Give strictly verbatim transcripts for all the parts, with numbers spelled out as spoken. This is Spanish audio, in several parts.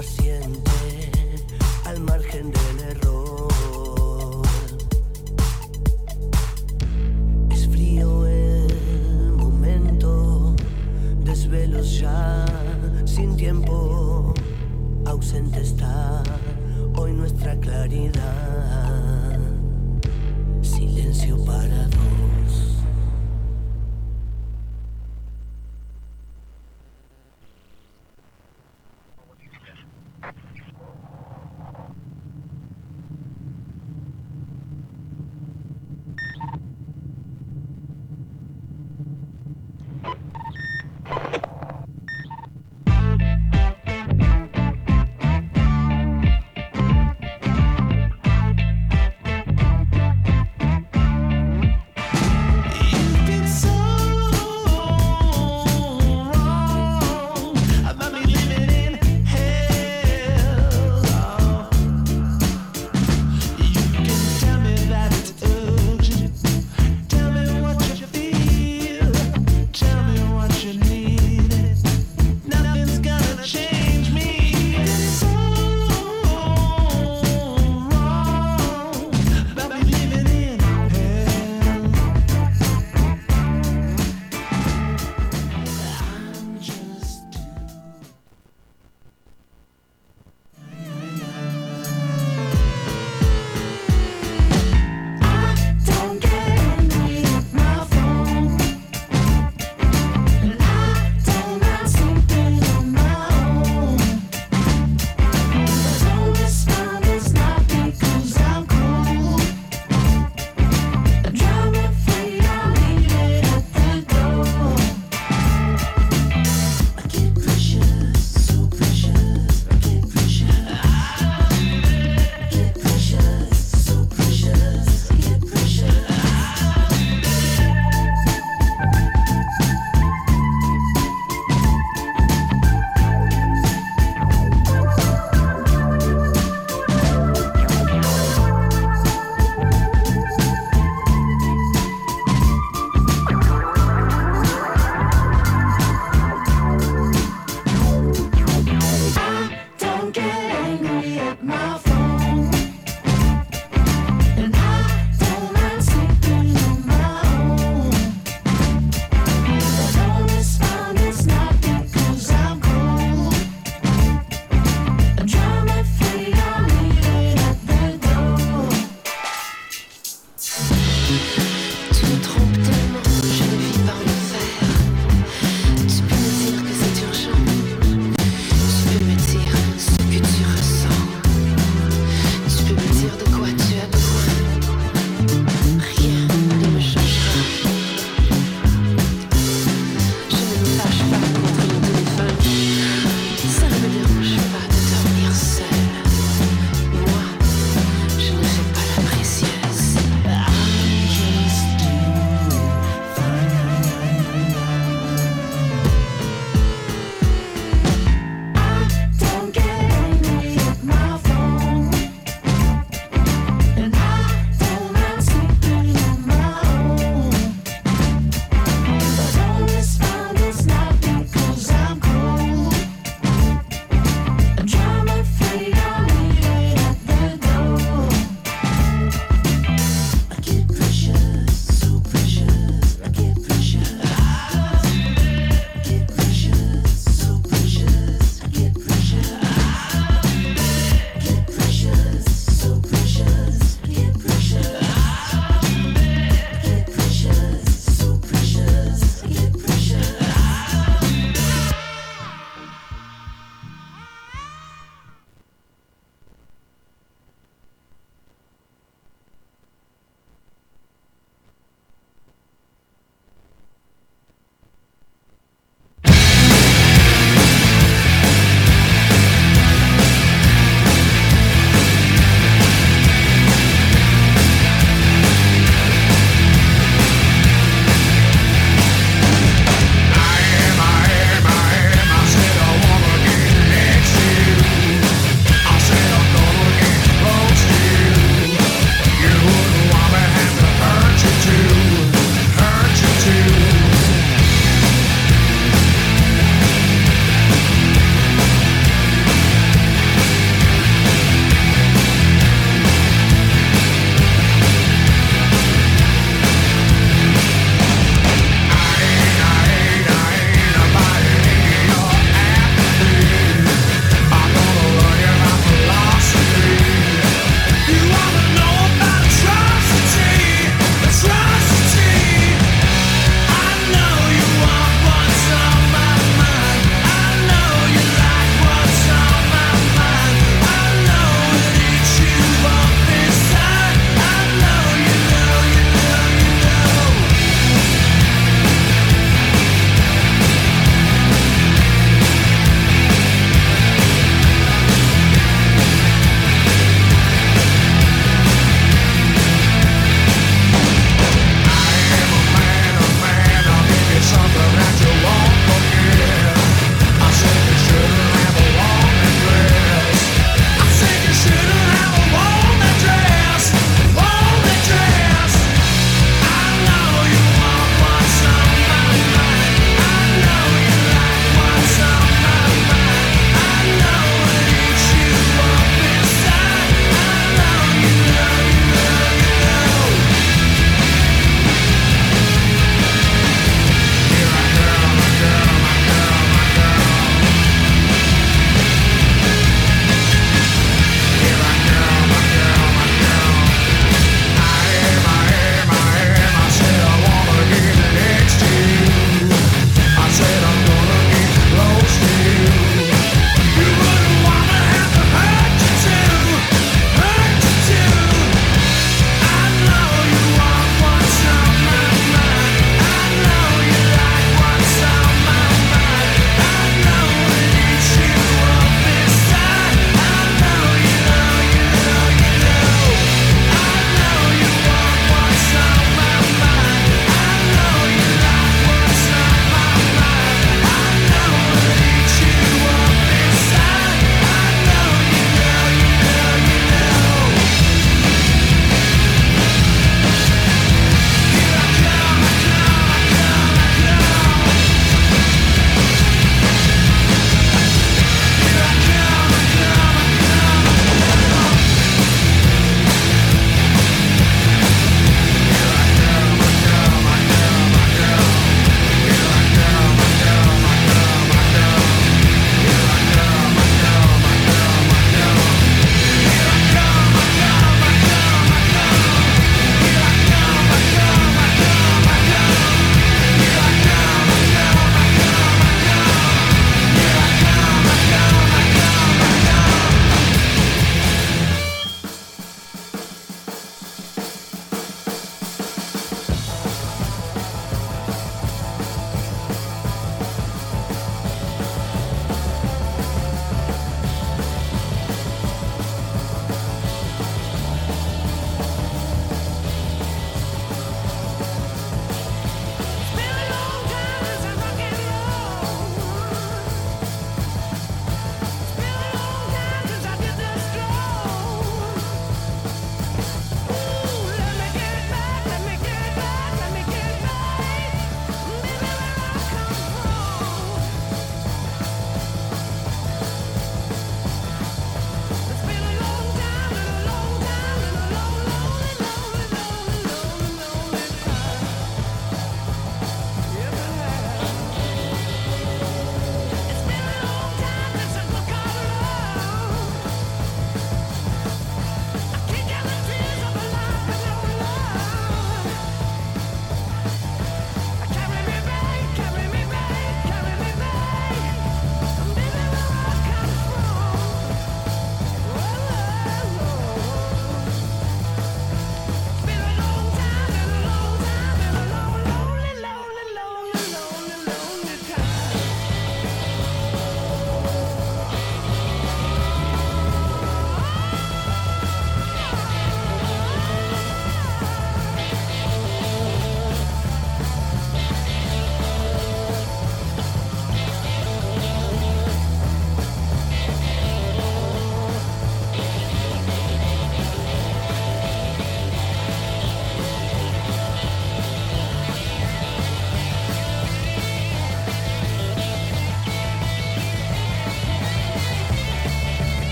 paciente al margen del error. Es frío el momento, desvelos ya sin tiempo, ausente está hoy nuestra claridad, silencio para dos.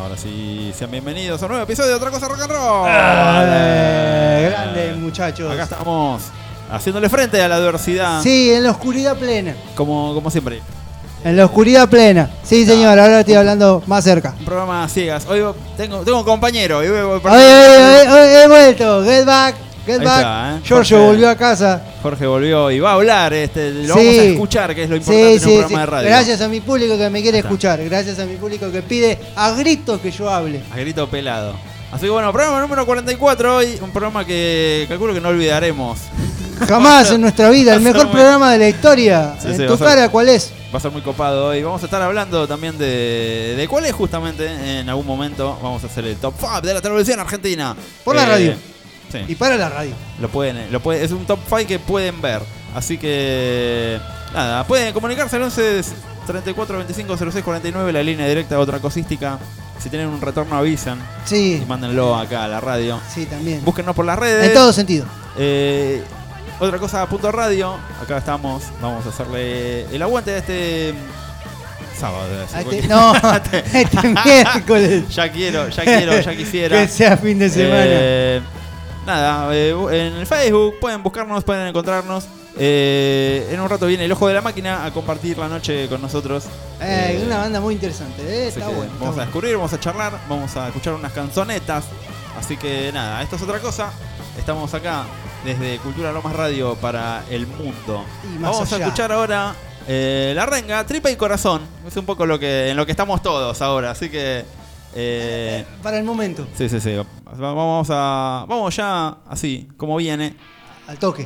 Ahora sí, sean bienvenidos a un nuevo episodio de Otra Cosa Rock and Roll. ¡Dale! Grande, muchachos. Acá estamos haciéndole frente a la adversidad. Sí, en la oscuridad plena. Como, como siempre. En la oscuridad plena. Sí, señor, ahora estoy hablando más cerca. Un programa a ciegas. Hoy tengo, tengo un compañero. Y voy, voy Hoy, hoy, hoy, hoy he vuelto. Get back. Get Ahí back. está, ¿eh? Giorgio Jorge. volvió a casa. Jorge volvió y va a hablar. Este, lo Sí. vamos a escuchar, que es lo importante Sí, en sí, un programa sí. de radio. Gracias a mi público que me quiere Ahí está. escuchar. Gracias a mi público que pide a gritos que yo hable. A grito pelado. Así que bueno, programa número cuarenta y cuatro hoy. Un programa que calculo que no olvidaremos. Jamás en nuestra vida. El Va a ser mejor muy- programa de la historia. Sí, En sí, va tu a ser- cara, ¿cuál es? Va a ser muy copado hoy. Vamos a estar hablando también de, de cuál es justamente en algún momento. Vamos a hacer el top cinco de la televisión argentina. Por la radio. Sí, Y para la radio. lo pueden, lo pueden, es un top cinco que pueden ver. Así que nada, pueden comunicarse al once treinta y cuatro veinticinco cero seis cuarenta y nueve, la línea directa de Otra Cosística. Si tienen un retorno avisan Sí, y mándenlo acá a la radio. sí, también. Búsquennos por las redes. En todo sentido. Eh, otra cosa, punto radio. Acá estamos. Vamos a hacerle el aguante de este sábado. debe ser, A este- porque- no, este miércoles. ya quiero, ya quiero, ya quisiera. Que sea fin de semana. Eh, nada, eh, en el Facebook pueden buscarnos, pueden encontrarnos. Eh, en un rato viene el Ojo de la Máquina a compartir la noche con nosotros. Eh, Eh, una banda muy interesante, eh, así está que bueno. está vamos a bueno. descubrir, vamos a charlar, vamos a escuchar unas canzonetas. Así que nada, esto es otra cosa. Estamos acá desde Cultura Lomas Radio para el mundo. Y más Vamos allá. a escuchar ahora eh, La Renga, Tripa y Corazón. Es un poco lo que en lo que estamos todos ahora. Así que eh, Para el momento, sí, sí, sí. Vamos a vamos ya así como viene al toque.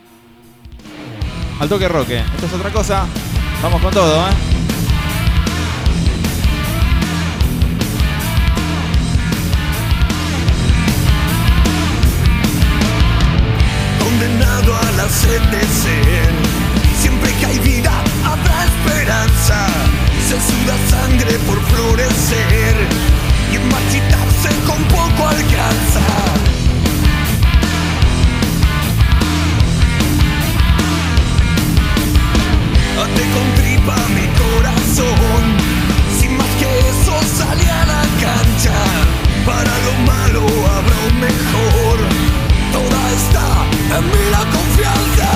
al toque roque. Esto es otra cosa. Vamos con todo, ¿eh? Condenado a la sed de ser. Siempre que hay vida habrá esperanza. Se suda sangre por florecer y en marchitarse con poco alcanza. Ate con tripa mi corazón. Sin más que eso salí a la cancha. Para lo malo habrá un mejor. Toda está en mí la confianza.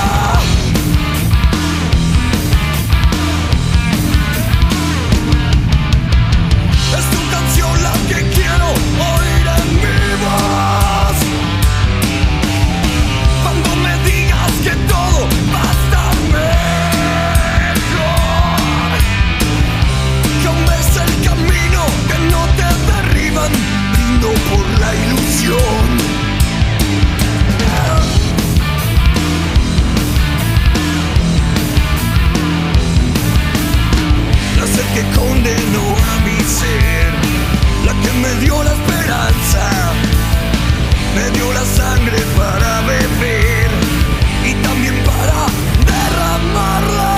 Es tu canción la que quiero oír en mi voz. Cuando me digas que todo va a estar mejor, que aún ves el camino, que no te derriban, brindo por la ilusión. La sed que condenó a mi ser, la que me dio la esperanza, me dio la sangre para beber y también para derramarla.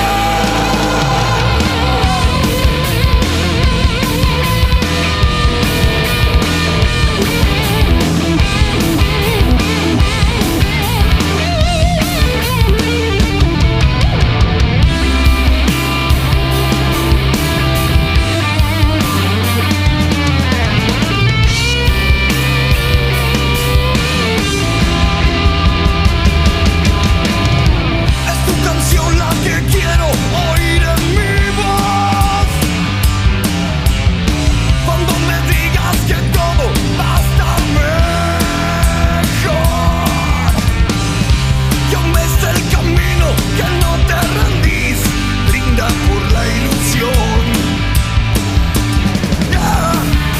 Es tu canción la que quiero oír en mi voz. Cuando me digas que todo va a estar mejor, que aún ves el camino, que no te rendís, brinda por la ilusión. Yeah.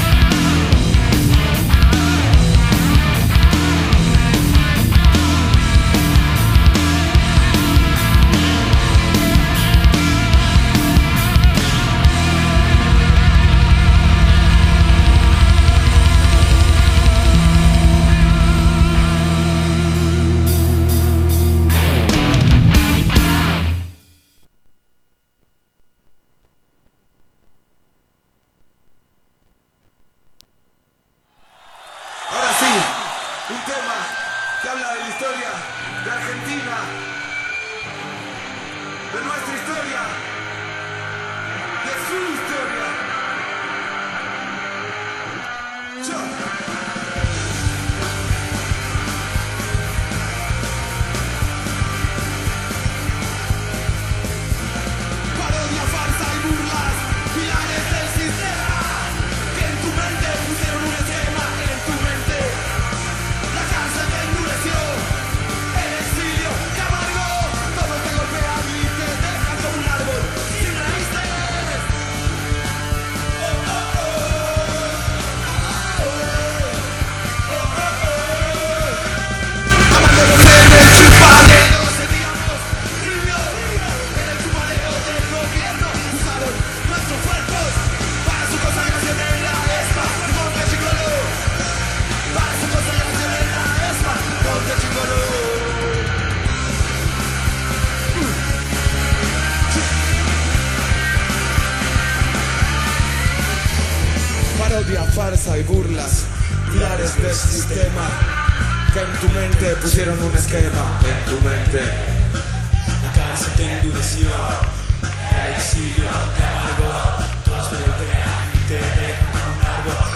Ahora sí, un tema que habla de la historia de Argentina, de nuestra historia, de su historia. farsa y burlas, pilares del sistema que en tu mente pusieron un esquema. En tu mente la cara se te endureció, el exilio te amargó, todos te crean y te dejan como un árbol.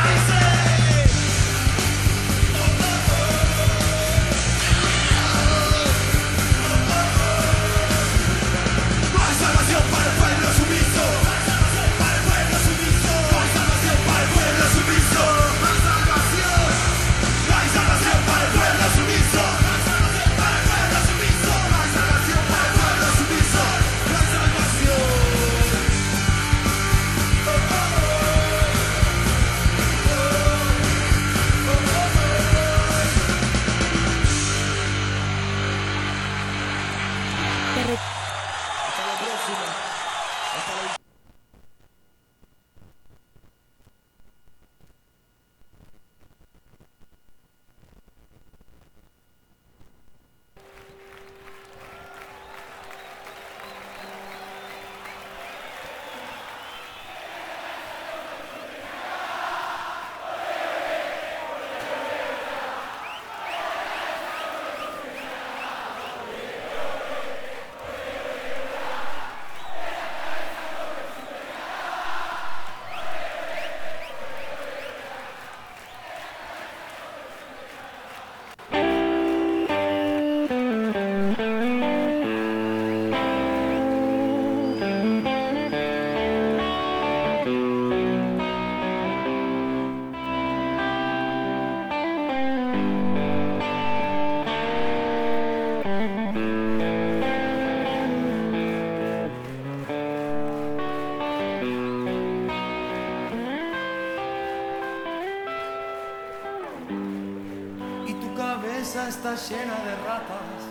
Está llena de ratas,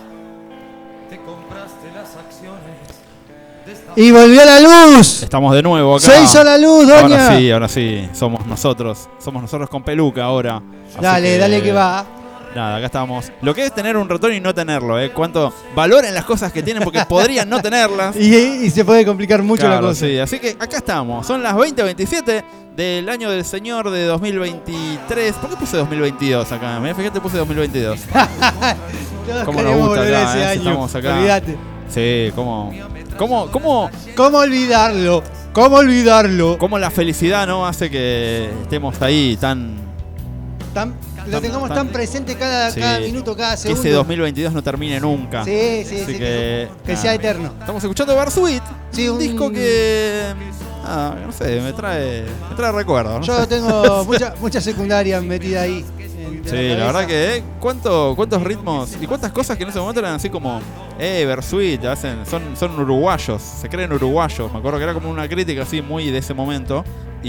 te compraste las acciones de esta... Y volvió la luz. Estamos de nuevo acá. Se hizo la luz, doña. Ahora sí, ahora sí. Somos nosotros. Somos nosotros con peluca ahora. Así Dale, que, dale que va. Nada, acá estamos. Lo que es tener un retorno y no tenerlo, ¿eh? Cuánto valoren las cosas que tienen porque podrían no tenerlas. Y, y se puede complicar mucho Claro, la cosa. sí. Así que acá estamos. Son las veinte veintisiete del año del señor de dos mil veintitrés. ¿Por qué puse dos mil veintidós acá? Me fíjate, puse dos mil veintidos. Todos ¿Cómo nos queremos gusta volver acá, a ese eh? año. Estamos acá. Olvídate. Sí, cómo, cómo, cómo, ¿Cómo olvidarlo? ¿Cómo olvidarlo? cómo la felicidad, ¿no? Hace que estemos ahí tan... Tan- lo tan- tengamos tan- tan presente cada, Sí. cada minuto, cada Que segundo. ese dos mil veintidós no termine nunca. Sí, sí, Así sí. que, Que, que nada. sea eterno. Estamos escuchando Bersuit, Sí, un, un- disco que... Ah, no sé, me trae, me trae recuerdos. ¿no? Yo tengo mucha, mucha secundaria metida ahí. en- de Sí, cabeza. la verdad que, ¿eh? ¿Cuánto, ¿cuántos ritmos y cuántas cosas que en ese momento eran así como, eh, Bersuit, hacen, son, son uruguayos, se creen uruguayos? Me acuerdo que era como una crítica así muy de ese momento.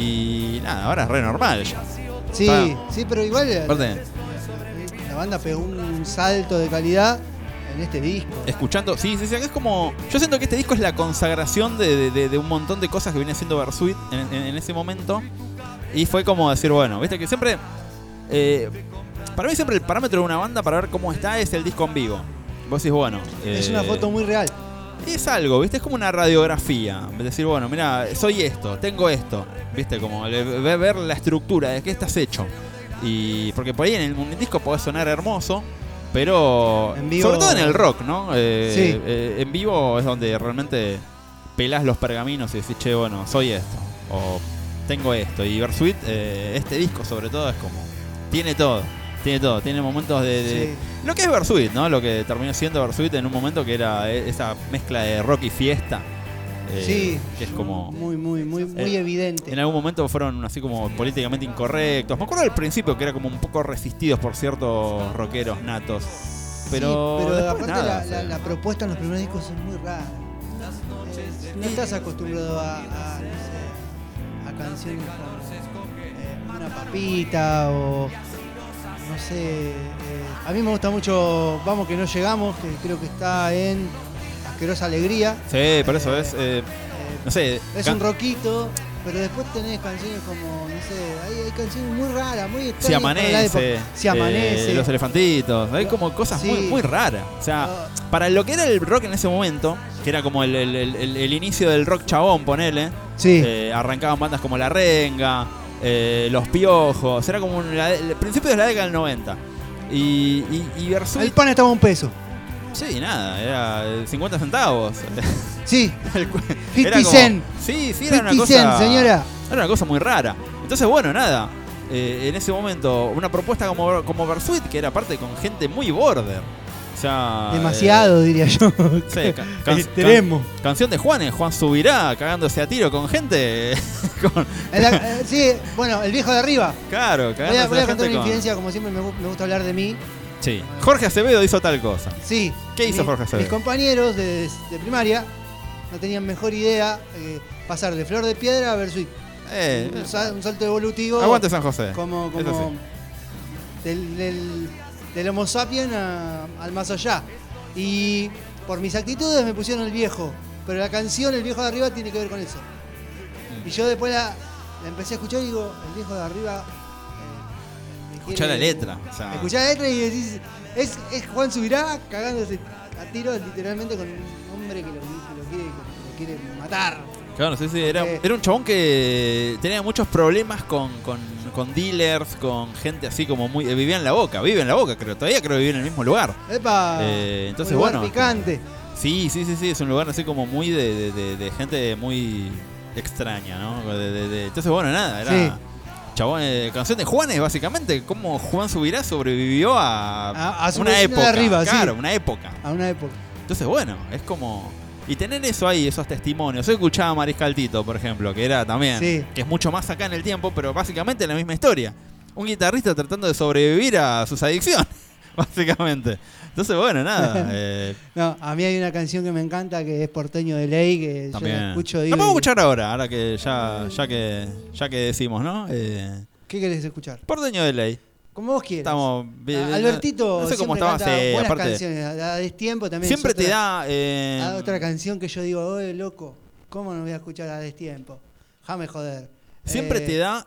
Y nada, ahora es re normal ya. Sí, Ah. sí, pero igual la, Aparte, la banda pegó un salto de calidad en este disco. escuchando, sí, sí, sí, es como, yo siento que este disco es la consagración de, de- de- de un montón de cosas que viene haciendo Bersuit en, en- en ese momento. Y fue como decir, bueno, viste que siempre, eh, para mí siempre el parámetro de una banda para ver cómo está es el disco en vivo. Vos decís, bueno, Es eh, una foto muy real. es algo, ¿viste? Es como una radiografía. Es decir, bueno, mira, soy esto, tengo esto. ¿Viste? Como le- ve- ver la estructura de qué estás hecho. Y porque por ahí en el, un disco podés sonar hermoso, pero En vivo- sobre todo en el rock, ¿no? Eh, Sí. eh, en vivo es donde realmente pelás los pergaminos y decís, che, bueno, soy esto. O tengo esto. Y Bersuit, eh, este disco sobre todo es como, tiene todo. Tiene todo, tiene momentos de, de- Sí. lo que es Bersuit, ¿no? Lo que terminó siendo Bersuit en un momento que era eh, esa mezcla de rock y fiesta. eh, Sí. Que es como... Muy, muy, muy, muy Eh, evidente. En algún momento fueron así como políticamente incorrectos. Me acuerdo al principio que era como un poco resistidos por ciertos rockeros natos. Pero, Sí, pero después aparte nada, la, o sea, la- la propuesta en los primeros discos es muy rara. Eh, no estás acostumbrado a, a, no sé, a canciones como eh, Una papita o no sé. eh, a mí me gusta mucho Vamos que no llegamos, que creo que está en Asquerosa Alegría. Sí, por eso es... eh, Eh, no sé... es can- un rockito, pero después tenés canciones como, no sé, hay, hay canciones muy raras, muy extrañas. Si para la época. amanece, Si amanece. eh, los elefantitos, hay como cosas muy, Sí. muy raras. O sea, Ah. para lo que era el rock en ese momento, que era como el, el- el- el- el inicio del rock chabón, ponele, Sí. eh, arrancaban bandas como La Renga, eh, Los Piojos, era como un, la, el principio de la década del noventa. Y, y, y Versuit, El pan estaba a un peso. sí, nada, era cincuenta centavos. Sí, El cu- era cincuenta como- cent. Sí, sí, era una cincuenta cosa. cent, señora. Era una cosa muy rara. Entonces, bueno, nada. eh, en ese momento, una propuesta como, como Versuit, que era aparte con gente muy border. O sea. Demasiado, eh, diría yo. sí, ca- can- Extremo. can- canción de Juanes, Juan Subirá, cagándose a tiro con gente. con- En la- eh, sí, bueno, el viejo de arriba. claro, Voy cagándose a, voy a a contar gente una con. infidencia, como siempre me, gu- me gusta hablar de mí. Sí. Jorge Acevedo hizo tal cosa. Sí. ¿Qué hizo mi- Jorge Acevedo? Mis compañeros de, de primaria no tenían mejor idea que pasar de Flor de Piedra a Versuit. Eh, un, sal- un salto evolutivo. aguante San José. Como, Eso como sí. del, del, del Homo sapiens a- al más allá. Y por mis actitudes me pusieron el viejo. Pero la canción El viejo de arriba tiene que ver con eso. Mm. Y yo después la, la empecé a escuchar y digo, el viejo de arriba. eh, me Escuchá quiere- la letra. O sea, Escuchá la letra y decís, es, es Juan Subirá cagándose a tiros literalmente con un hombre que lo, que lo quiere, que lo quiere matar. claro, sí, sí, era, Eh. era un chabón que tenía muchos problemas con, con, con dealers, con gente así como muy. eh, vivía en la Boca, vive en la Boca, creo. Todavía creo que vive en el mismo lugar. Epa, Eh, entonces, un lugar bueno, picante. Sí, sí, sí, sí, es un lugar así como muy de, de, de- de gente muy extraña, ¿no? De- de- de- entonces, bueno, nada, era. Sí. Chabón, eh, canción de Juanes, básicamente, cómo Juan Subirá sobrevivió a, A- a su una vecino de época. arriba, sí. claro, una época. A una época. Entonces, bueno, es como. Y tener eso ahí, esos testimonios. Yo escuchaba a Mariscal Tito, por ejemplo, que era también. Sí. Que es mucho más acá en el tiempo, pero básicamente la misma historia. Un guitarrista tratando de sobrevivir a sus adicciones, básicamente. Entonces, bueno, nada. eh, No, a mí hay una canción que me encanta que es Porteño de Ley, que yo también. la escucho La digo, podemos y- escuchar ahora, ahora que ya, ya que ya que decimos, ¿no? Eh, ¿Qué querés escuchar? Porteño de Ley. Como vos quieras. Estamos. A- Albertito no sé cómo siempre estaba. canta sí, buenas aparte. canciones. A, a Destiempo también. Siempre es te otra- da. eh, a otra canción que yo digo, oye, loco, ¿cómo no voy a escuchar a Destiempo? Jame joder. Siempre Eh, te da.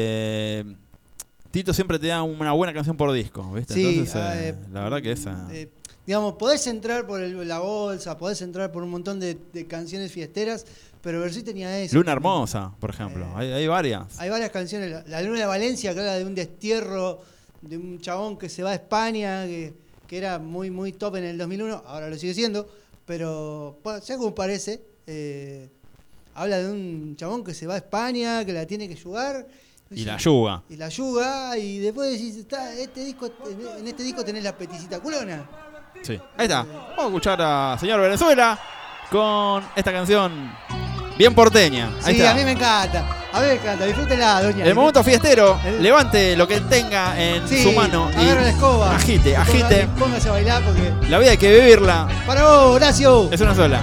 eh, Tito siempre te da una buena canción por disco, ¿viste? Sí, Entonces, eh, eh, la verdad que esa. eh, digamos, podés entrar por el- la bolsa, podés entrar por un montón de, de canciones fiesteras, pero Versuit tenía eso. Luna Hermosa, por ejemplo. Eh, hay, hay varias. Hay varias canciones. La, la Luna de Valencia, que habla de un destierro, de un chabón que se va a España, que, que era muy, muy top en el dos mil uno, ahora lo sigue siendo, pero pa- según parece, eh, habla de un chabón que se va a España, que la tiene que yugar. Y la yuga. Y la yuga, y después decís, está, este disco, en este disco tenés la peticita culona. Sí. Ahí está. Vamos a escuchar a Señor Venezuela con esta canción bien porteña. Ahí Sí, está. a mí me encanta. A mí me encanta, disfrútela, doña. El momento fiestero, El- levante lo que tenga en Sí, su mano y agarra la escoba. agite, Y ponga- agite. y Póngase a bailar porque. La vida hay que vivirla. ¡Para vos, Horacio! Es una sola.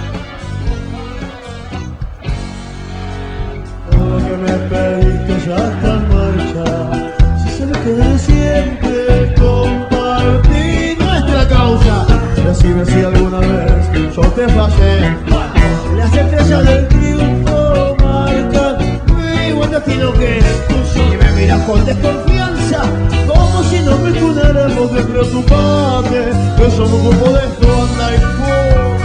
Todo lo que me pediste ya está en marcha. Si sabes que de siempre compartí nuestra causa. Decime si alguna vez yo te fallé. Las estrellas del triunfo marcan mi buen destino que es tuyo. Y me miras con desconfianza, como si no me tunáramos de preocuparte. Que somos un grupo de esto, anda y fuera.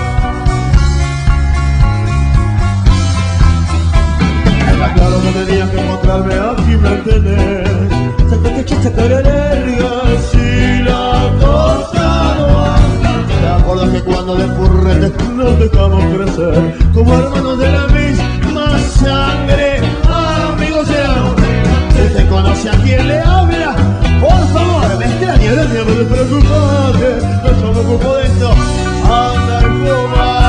Era claro que tenías que encontrarme aquí me tenés. Se te echaste cara larga si la cosa no anda. ¿Te acuerdas que cuando de furretes nos dejamos crecer? Como hermanos de la misma sangre, amigos de hambre. Si te conoce a quien le habla, por favor, me extraña, no te de preocuparte. No yo me ocupo de esto, anda y coma.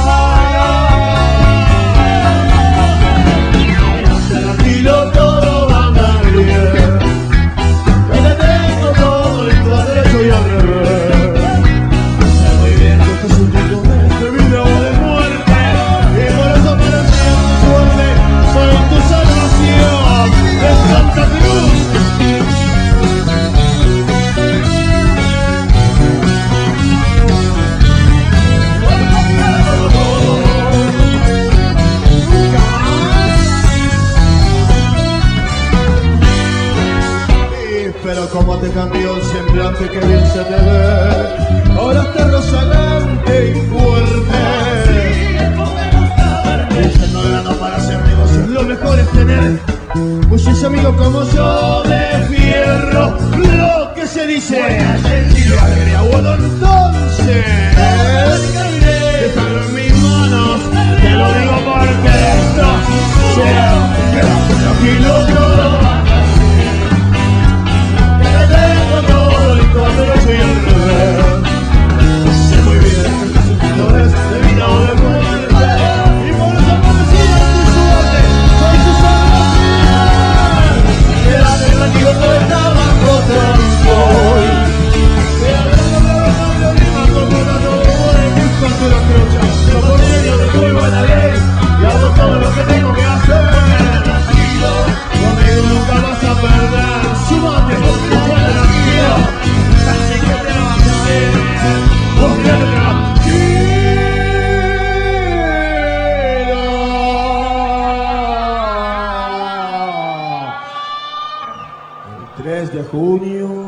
Tranquilo, todo va a andar bien. Que te tengo todo en tu derecho y al revés. Sé muy bien que estás un tipo de vida o de muerte. Y por eso para siempre suerte soy tu salvación de Santa Cruz. Pero como te cambió el semblante, que bien se te ve. Ahora estás rozagante y fuerte. Dicen no gano para hacer negocios, lo mejor es tener. Pues ese amigo con junio.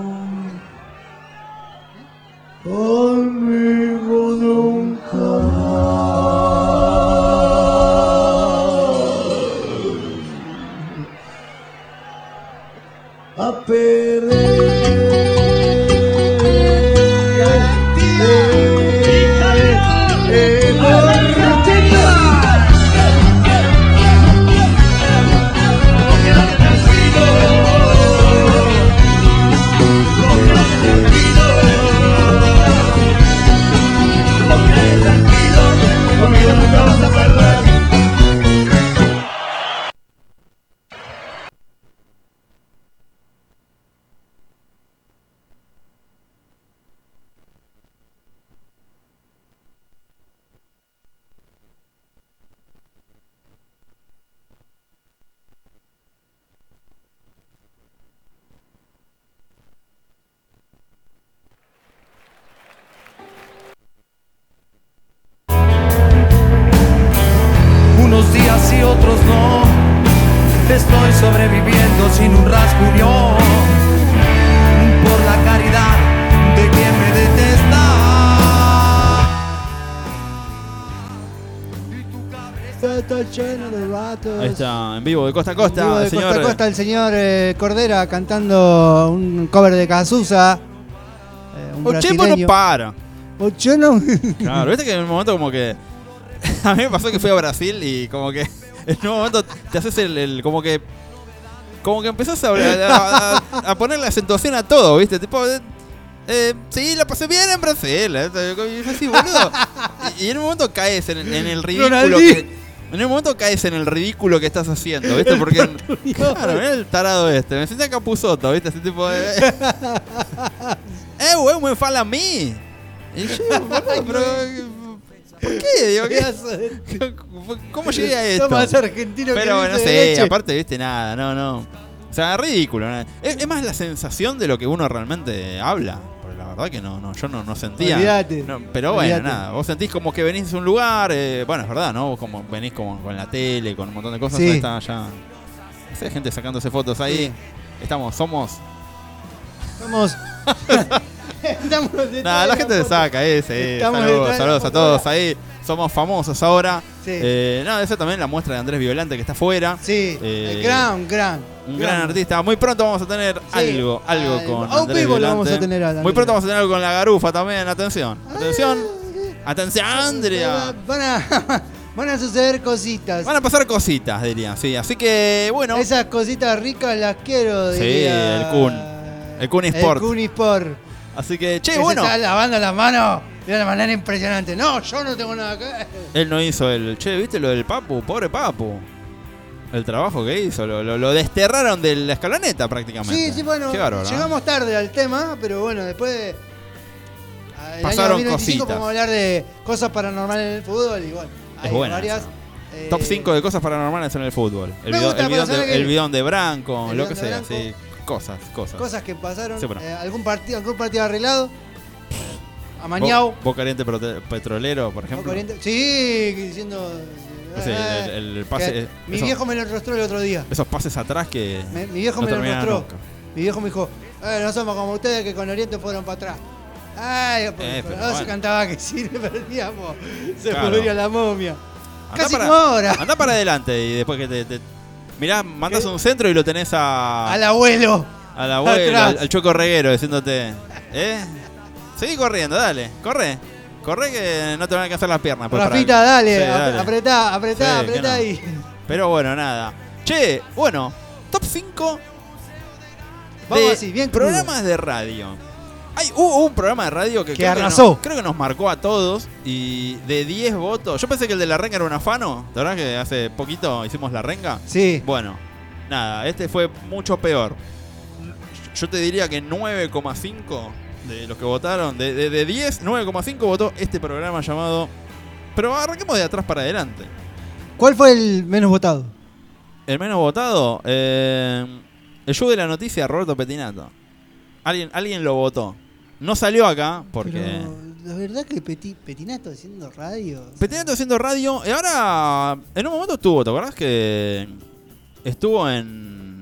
Conmigo nunca más a perder. Unos días y otros no, estoy sobreviviendo sin un rasguño, por la caridad de quien me detesta. Está lleno de ratos. Ahí está, en vivo de costa a costa, En vivo de el señor. costa a costa, el señor eh, Cordera cantando un cover de Cazuza. Eh, un Ochepo no brasileño. para. Ocheno. Claro, viste que en un momento como que. A mí me pasó que fui a Brasil y como que en un momento te haces el, el- como que. Como que empezás a, a, a, a poner la acentuación a todo, ¿viste? Tipo. Eh, eh, sí, la pasé bien en Brasil. eh, Y yo así, boludo. Y, y en un momento caes en, en el ridículo Ronaldinho. que. En un momento caes en el ridículo que estás haciendo, ¿viste? Porque. Claro, mirá el tarado este. Me sentí a Capusotto, ¿viste? Así tipo. Eh, eh weón, me fala a mí. Y yo, boludo, pero. ¿Por qué? Digo, ¿qué? ¿Cómo llegué a esto? Toma, es argentino que Pero bueno, no dice de sé, leche. aparte, viste, nada, no, no. O sea, ridículo. ¿no? Es, es más la sensación de lo que uno realmente habla. Porque la verdad que no, no yo no, no sentía. Olvídate. No, pero bueno, Olvídate. nada. Vos sentís como que venís de un lugar. Eh, bueno, es verdad, ¿no? Vos como venís como con la tele, con un montón de cosas. Sí. Ahí está ya. No sé, gente sacándose fotos ahí. Sí. Estamos, somos. Estamos. Estamos detrás Nada, de la gente se foto. saca ese. Estamos Saludos, detrás de saludos la a todos foto. ahí. Somos famosos ahora. Sí. Eh, nada, eso también la muestra de Andrés Violante que está afuera. Sí, Eh, el gran, gran. Un gran artista. Muy pronto vamos a tener algo, algo algo. con A un Andrés vivo lo Violante. vamos a tener a Andrés. Muy pronto vamos a tener algo con la garufa también. Atención, atención. Atención, Andrea. Van a, van a suceder cositas. Van a pasar cositas, diría. Sí, así que bueno. Esas cositas ricas las quiero, Sí, diría. el Kun. El Kun Sport. El Kun Sport. Así que, che, Que bueno. se está lavando las manos de una manera impresionante. No, yo no tengo nada que ver. Él no hizo el. Che, ¿viste lo del Papu? Pobre Papu. El trabajo que hizo. Lo, lo, lo desterraron de la escaloneta prácticamente. Sí, sí, bueno, Qué bárbaro, ¿no? llegamos tarde al tema, pero bueno, después. El Pasaron año dos mil veinticinco cositas. podemos hablar de cosas paranormales en el fútbol y bueno, hay Es buena varias. esa. eh, Top cinco de cosas paranormales en el fútbol. El, Me bidón, gusta, el, bidón pero de, ¿sabe qué? el bidón de Branco, El lo que bidón de sea, Branco. sí. Cosas, cosas. Cosas que pasaron. Sí, bueno. eh, algún partido, algún partido arreglado. Amañado. Bo- Bocariente prote- Petrolero, por ejemplo. Corriente. Sí, diciendo. Sí, eh, el- el pase- que eh, mi eso- viejo me lo mostró el otro día. Esos pases atrás que. Me- mi viejo no me lo terminaron mostró. nunca. Mi viejo me dijo, eh, no somos como ustedes que con Oriente fueron para atrás. Ay, por Eh, por pero lado se bueno. cantaba que si le perdíamos, se Claro. pudría la momia. Andá Casi para, como ahora. andá para adelante y después que te. te- mirá, mandás ¿Qué? un centro y lo tenés a. Al abuelo. al abuelo, atrás. al, al choco reguero, diciéndote. ¿Eh? Seguí corriendo, dale, corre. Corre que no te van a alcanzar las piernas. pues, para- Rafita, dale, Sí, ap- dale. apretá, apretá, Sí, apretá que no. ahí. Pero bueno, nada. Che, bueno, top cinco Vamos de así, bien crudo. programas de radio. Hay, hubo un programa de radio que, Que creo, arrasó. Que nos, creo que nos marcó a todos. Y de diez votos. Yo pensé que el de la renga era un afano. ¿De verdad que hace poquito hicimos la renga? Sí. Bueno, nada, este fue mucho peor. Yo te diría que nueve coma cinco de los que votaron, de, de, de diez, nueve coma cinco votó este programa llamado. Pero arranquemos de atrás para adelante. ¿Cuál fue el menos votado? El menos votado, eh, el show de la noticia, Roberto Petinato. Alguien, alguien lo votó. No salió acá porque. Pero la verdad que Peti- Petinato haciendo radio. o sea, Petinato haciendo radio. Y ahora, en un momento estuvo, ¿te acordás que estuvo en.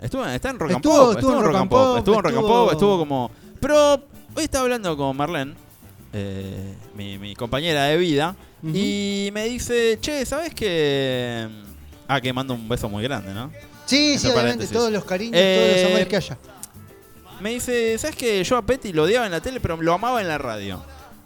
Estuvo, está en Rock and Estuvo- Pop. estuvo en Rock and Pop, Estuvo en Rock and estuvo- Pop. Estuvo como. Pero hoy estaba hablando con Marlene, eh, mi, mi compañera de vida, Ujú. y me dice, che, ¿sabes qué? Ah, que mando un beso muy grande, ¿no? Sí, sí, Entre obviamente, paréntesis. todos los cariños, Eh, todos los amores que haya. Me dice, ¿sabes que yo a Petty lo odiaba en la tele, pero lo amaba en la radio?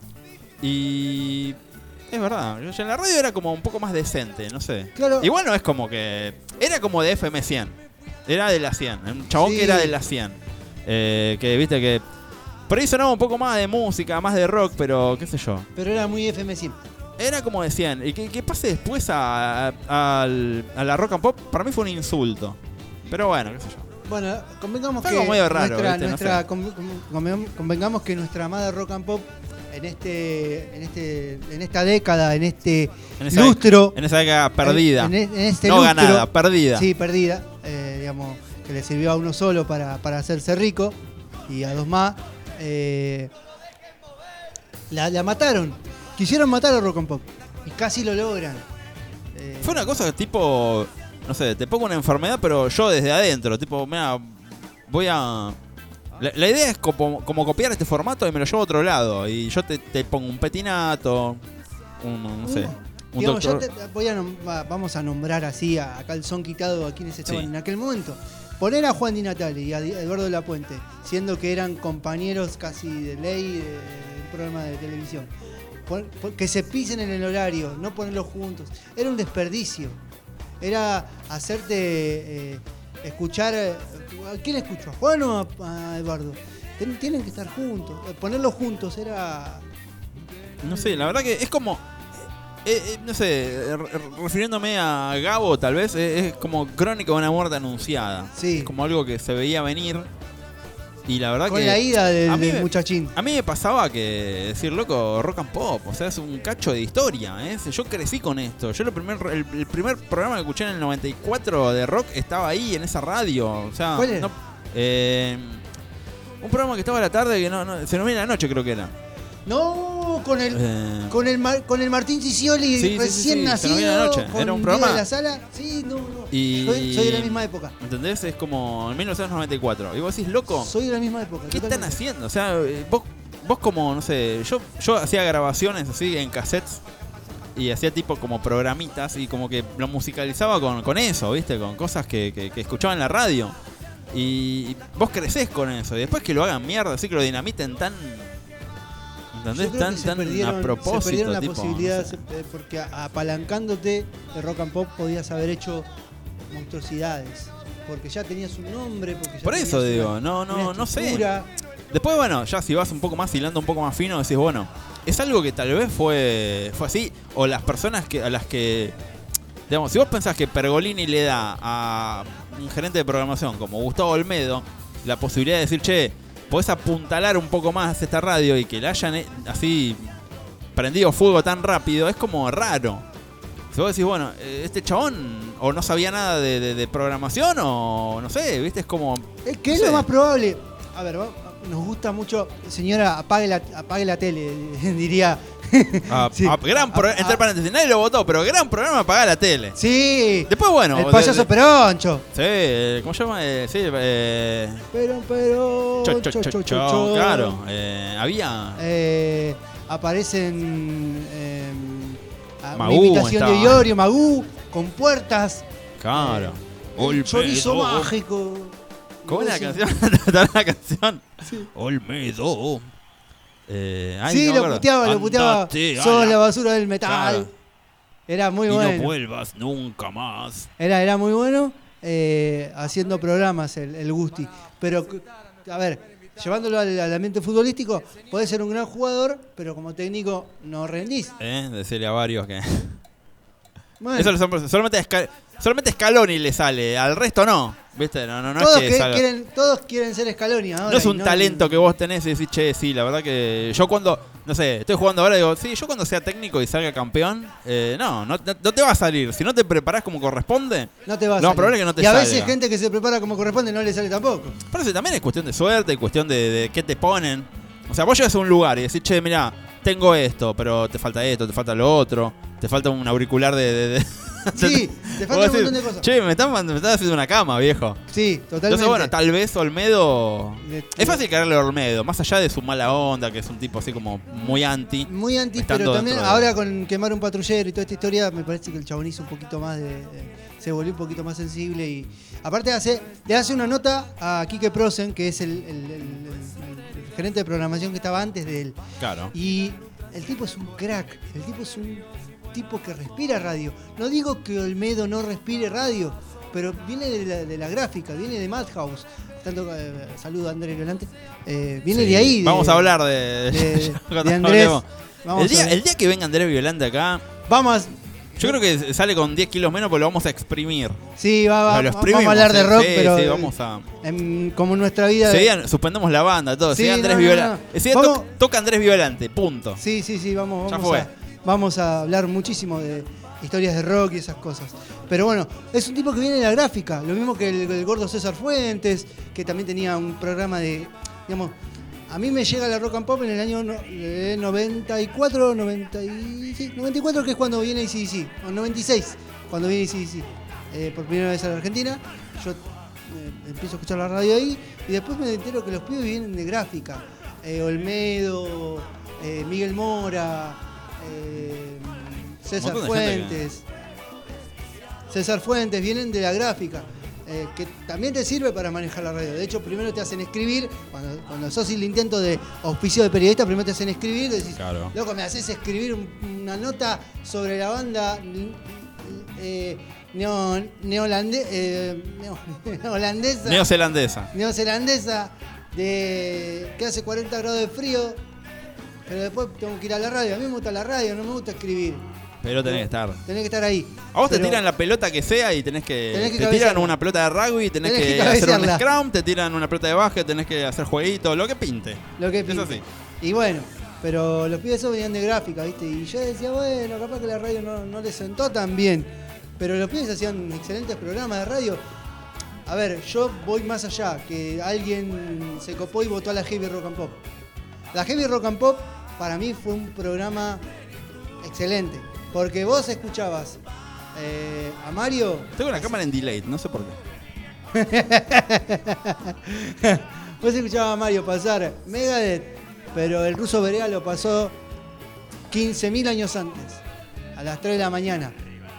Y es verdad, yo en la radio era como un poco más decente, no sé. Claro. Igual no es como que... Era como de F M cien. Era de la cien. Un chabón Sí. que era de la cien. Eh, que viste que... Por ahí sonaba un poco más de música, más de rock, pero qué sé yo. Pero era muy F M cien. Era como de cien. Y que, que pase después a, a, al- a la rock and pop, para mí fue un insulto. Pero bueno, qué sé yo. Bueno, convengamos Fue que algo medio raro, nuestra, ¿viste? No nuestra- sé. con- con- convengamos que nuestra amada rock and pop en este, en este, en esta década, en este En esa, lustro, en esa década perdida. en, en este no lustro, ganada, perdida. sí, perdida, eh, digamos que le sirvió a uno solo para, para hacerse rico y a dos más, eh, la, la mataron, quisieron matar a rock and pop y casi lo logran. Eh, Fue una cosa tipo, no sé, te pongo una enfermedad, pero yo desde adentro, tipo, mira, voy a... La, la idea es como, como copiar este formato y me lo llevo a otro lado. Y yo te, te pongo un petinato, un, no sé, un digamos, ya doctor... te- voy a nom- va- vamos a nombrar así a, a calzón quitado a quienes estaban Sí. en aquel momento. Poner a Juan Di Natale y a Di- Eduardo Lapuente, siendo que eran compañeros casi de ley de un programa de televisión. Pon- pon- que se pisen en el horario, no ponerlos juntos. Era un desperdicio. Era hacerte eh, escuchar... eh, ¿A quién escucho? ¿A Juan o a, a Eduardo? Ten- tienen que estar juntos. Eh, Ponerlos juntos era... No sé, la verdad que es como... eh, eh, no sé, re- refiriéndome a Gabo tal vez, eh, es como crónica de una muerte anunciada. Sí. Es como algo que se veía venir. Y la verdad Con que... la ida del, a mí del me- muchachín. A mí me pasaba que decir, loco, rock and pop, o sea, es un cacho de historia, ¿eh? Yo crecí con esto. Yo lo primer, el, el primer programa que escuché en el noventa y cuatro de rock estaba ahí, en esa radio. O sea, ¿Cuál era? no- eh, un programa que estaba a la tarde, que no, no se denomina la noche, creo que era. No, con el Eh, con el Mar- con el Martín Cicioli Sí, sí, sí, recién sí, nacido. se nos viene la noche. Con Era un Diego programa- de la Sala. Sí, no, no. Y- Soy, soy de la misma época. ¿Entendés? Es como en mil novecientos noventa y cuatro. Y vos decís, loco, Soy de la misma época. ¿qué están totalmente. haciendo? O sea, eh, vos, vos como, no sé, yo, yo hacía grabaciones así en cassettes y hacía tipo como programitas y como que lo musicalizaba con, con eso, ¿viste? Con cosas que, que, que escuchaba en la radio. Y vos crecés con eso. Y después que lo hagan mierda, así que lo dinamiten tan... ¿Entendés? Yo creo Tan, que se tan perdieron, a propósito. se perdieron la tipo, posibilidad, no sé. se- eh, porque a- apalancándote de rock and pop podías haber hecho monstruosidades. Porque ya tenías un nombre, porque ya Por eso tenías digo, una- no, no, una no sé. estructura. Después, bueno, ya si vas un poco más hilando un poco más fino, decís, bueno, es algo que tal vez fue, fue así, o las personas que a las que, digamos, si vos pensás que Pergolini le da a un gerente de programación como Gustavo Olmedo la posibilidad de decir, che, podés apuntalar un poco más esta radio y que la hayan eh, así prendido fuego tan rápido, es como raro. Si vos decís, bueno, eh, este chabón o no sabía nada de, de- de programación o no sé, ¿viste? Es como... Es que no es sé. lo más probable. A ver, va- nos gusta mucho. Señora, apague la, apague la tele, diría. Ah, Sí. ah, gran pro- Ah, entre ah. paréntesis, nadie lo votó, pero gran programa para la tele. Sí. Después, bueno. el de- payaso de- peroncho. Sí, eh, ¿cómo se llama? Eh, sí, eh, Pero, pero. cho, cho, cho, cho, claro. eh, había. Eh, aparecen eh, a una Magú imitación estaba. de Iorio, Magú, con puertas. Claro. El Olmedo. chorizo mágico. ¿Cómo es la Sí. canción? ¿Está la canción? Olmedo. Eh, ay, Sí, no me lo acuerdo. puteaba, lo puteaba. Andate a Sos la- la basura del metal. Claro. Era muy y bueno. no vuelvas nunca más. Era, era muy bueno eh, haciendo programas el, el Gusti. Pero, a ver, llevándolo al, al ambiente futbolístico, podés ser un gran jugador, pero como técnico no rendís. Eh, decirle a varios que. Bueno, Eso le- solamente, a Scal- solamente a Scaloni le sale, al resto no. ¿Viste? No, no, no todos, es que que- salga- quieren, todos quieren ser Scaloni ahora. No es y un talento que vos tenés y decís, che, sí, la verdad que yo cuando, no sé, estoy jugando ahora y digo, sí, yo cuando sea técnico y salga campeón, eh, no, no, no te va a salir. Si no te preparás como corresponde, No te va a lo más salir. probable es que no te Y a salga. veces gente que se prepara como corresponde no le sale tampoco. parece también es cuestión de suerte, cuestión de, de qué te ponen. O sea, vos llegas a un lugar y decís, che, mirá, tengo esto, pero te falta esto, te falta lo otro, te falta un auricular de, de, de, Sí, te falta un montón de cosas. Che, me están, me están haciendo una cama, viejo. Sí, totalmente. Entonces, bueno, tal vez Olmedo... Le- Es fácil caerle a Olmedo, más allá de su mala onda, que es un tipo así como muy anti. Muy anti, estando pero también dentro de- ahora con quemar un patrullero y toda esta historia, me parece que el chabón hizo un poquito más de... de- se volvió un poquito más sensible y... Aparte hace, le hace una nota a Quique Prosen, que es el, el- el- el- el gerente de programación que estaba antes de él. Claro. Y el tipo es un crack, el tipo es un tipo que respira radio. No digo que Olmedo no respire radio, pero viene de la, de la gráfica, viene de Madhouse. Tanto, eh, saludo a Andrés Violante. Eh, viene Sí. de ahí. de- Vamos a hablar de, de- cuando de Andrés. hablemos. Vamos el, día, a- el día que venga Andrés Violante acá, Vamos. yo creo que sale con diez kilos menos porque lo vamos a exprimir. Sí, va, va, Lo vamos exprimimos, a hablar de eh. rock, Sí, pero sí, vamos a... en- como en nuestra vida. Ese día suspendemos la banda, todo. Ese Sí, día Andrés no, no, Violante. no. Ese día Vamos- to- toca Andrés Violante, punto. Sí, sí, sí, vamos, Ya vamos, fue. a, vamos a hablar muchísimo de historias de rock y esas cosas. Pero bueno, es un tipo que viene de la gráfica, lo mismo que el, el gordo César Fuentes, que también tenía un programa de, digamos, a mí me llega la Rock and Pop en el año no- eh, noventa y cuatro, noventa y, sí, noventa y cuatro, que es cuando viene A C D C, o noventa y seis, cuando viene A C D C, eh, por primera vez a la Argentina. Yo eh, empiezo a escuchar la radio ahí y después me entero que los pibes vienen de gráfica. Eh, Olmedo, eh, Miguel Mora, eh, César Un montón de gente Fuentes. César Fuentes, vienen de la gráfica, eh, que también te sirve para manejar la radio. De hecho, primero te hacen escribir, cuando, cuando sos el intento de auspicio de periodista, primero te hacen escribir, decís, Claro. loco, me haces escribir un- una nota sobre la banda eh, neo, neolande- eh, neo- holandesa, Neozelandesa. neozelandesa, de que hace cuarenta grados de frío, pero después tengo que ir a la radio. A mí me gusta la radio, no me gusta escribir. Pero tenés que estar. Tenés que estar ahí. A vos te Pero- tiran la pelota que sea y tenés que. Tenés que te tiran cabecearla. una pelota de rugby, tenés, Tenés que, que hacer un cabecearla. scrum, te tiran una pelota de básquet, tenés que hacer jueguitos, lo que pinte. Lo que Es pinte. así. Y bueno, pero los pibes esos venían de gráfica, ¿viste? Y yo decía, bueno, capaz que la radio no, no les sentó tan bien. Pero los pibes hacían excelentes programas de radio. A ver, yo voy más allá, que alguien se copó y votó a la Heavy Rock and Pop. La Heavy Rock and Pop para mí fue un programa excelente. Porque vos escuchabas eh, a Mario. Tengo la cámara en delay, no sé por qué. Vos escuchabas a Mario pasar Megadeth, pero el Ruso Berea lo pasó quince mil años antes, a las tres de la mañana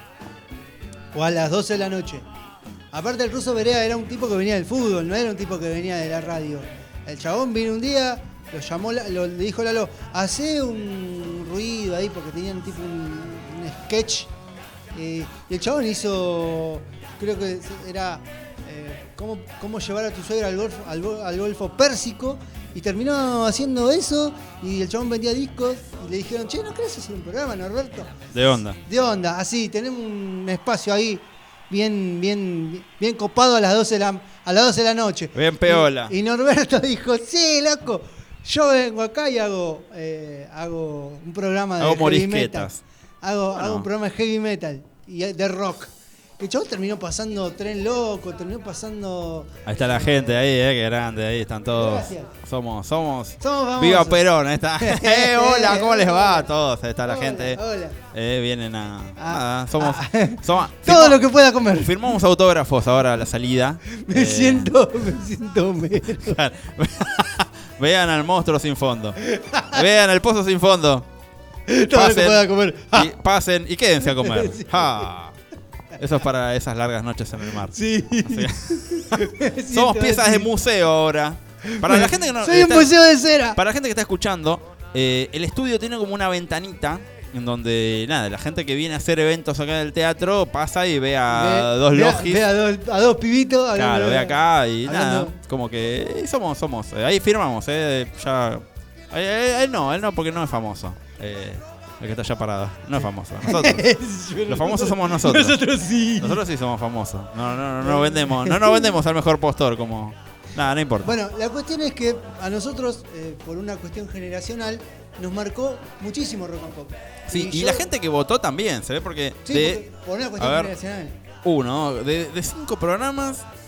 o a las doce de la noche. Aparte, el Ruso Berea era un tipo que venía del fútbol, no era un tipo que venía de la radio. El chabón vino un día, lo llamó, lo, le dijo Lalo, hacé un ruido ahí porque tenían tipo un, un sketch. Eh, y el chabón hizo, creo que era eh, cómo, cómo llevar a tu suegra al golfo, al, go- al golfo Pérsico, y terminó haciendo eso. Y el chabón vendía discos y le dijeron, che, ¿no querés hacer un programa, Norberto? De onda. De onda, así, tenemos un espacio ahí bien, bien, bien copado a las doce de la, a las doce de la noche. Bien peola. Y, y Norberto dijo, sí, loco, yo vengo acá y hago, eh, hago un programa de Hago heavy metal. morisquetas. Hago, Bueno. hago un programa de heavy metal y de rock. El chabón terminó pasando Tren Loco, terminó pasando... Ahí está la gente ahí, eh, qué grande, ahí están todos. Gracias. Somos, somos. Somos famosos. Viva Perón, ahí está. eh, hola, ¿cómo les va a todos? Ahí está la Hola, gente. hola. Eh, vienen a. Ah, nada, somos. ah. somos Todo firma- lo que pueda comer. Firmamos autógrafos ahora a la salida. Me Eh, siento, me siento mero. Vean al monstruo sin fondo. Vean al pozo sin fondo. Todo lo que Pasen, pueda comer. Ah, y pasen y quédense a comer. Sí. Ja. Eso es para esas largas noches en el mar. sí. Sí. Me Somos siento piezas así. de museo ahora. Para la gente que no. Soy un está- museo de cera. Para la gente que está escuchando, eh, el estudio tiene como una ventanita en donde, nada, la gente que viene a hacer eventos acá en el teatro pasa y ve a Ve- dos ve a- logis. Ve a dos, a dos pibitos. Claro, hablando- ve acá y hablando- nada, como que eh, somos, somos, eh, ahí firmamos, eh, ya. eh, eh, Él no, él no, porque no es famoso. Eh, el que está allá parado, no es famoso. Nosotros. Los famosos somos nosotros. Nosotros sí. Nosotros sí somos famosos. No, no, no, no vendemos, no nos vendemos al mejor postor como. Nada, no importa. Bueno, la cuestión es que a nosotros, eh, por una cuestión generacional, nos marcó muchísimo rock and pop. Sí, y yo- la gente que votó también, ¿se ve? Porque Sí, de porque por una cuestión a ver, generacional. uno, de, de cinco programas,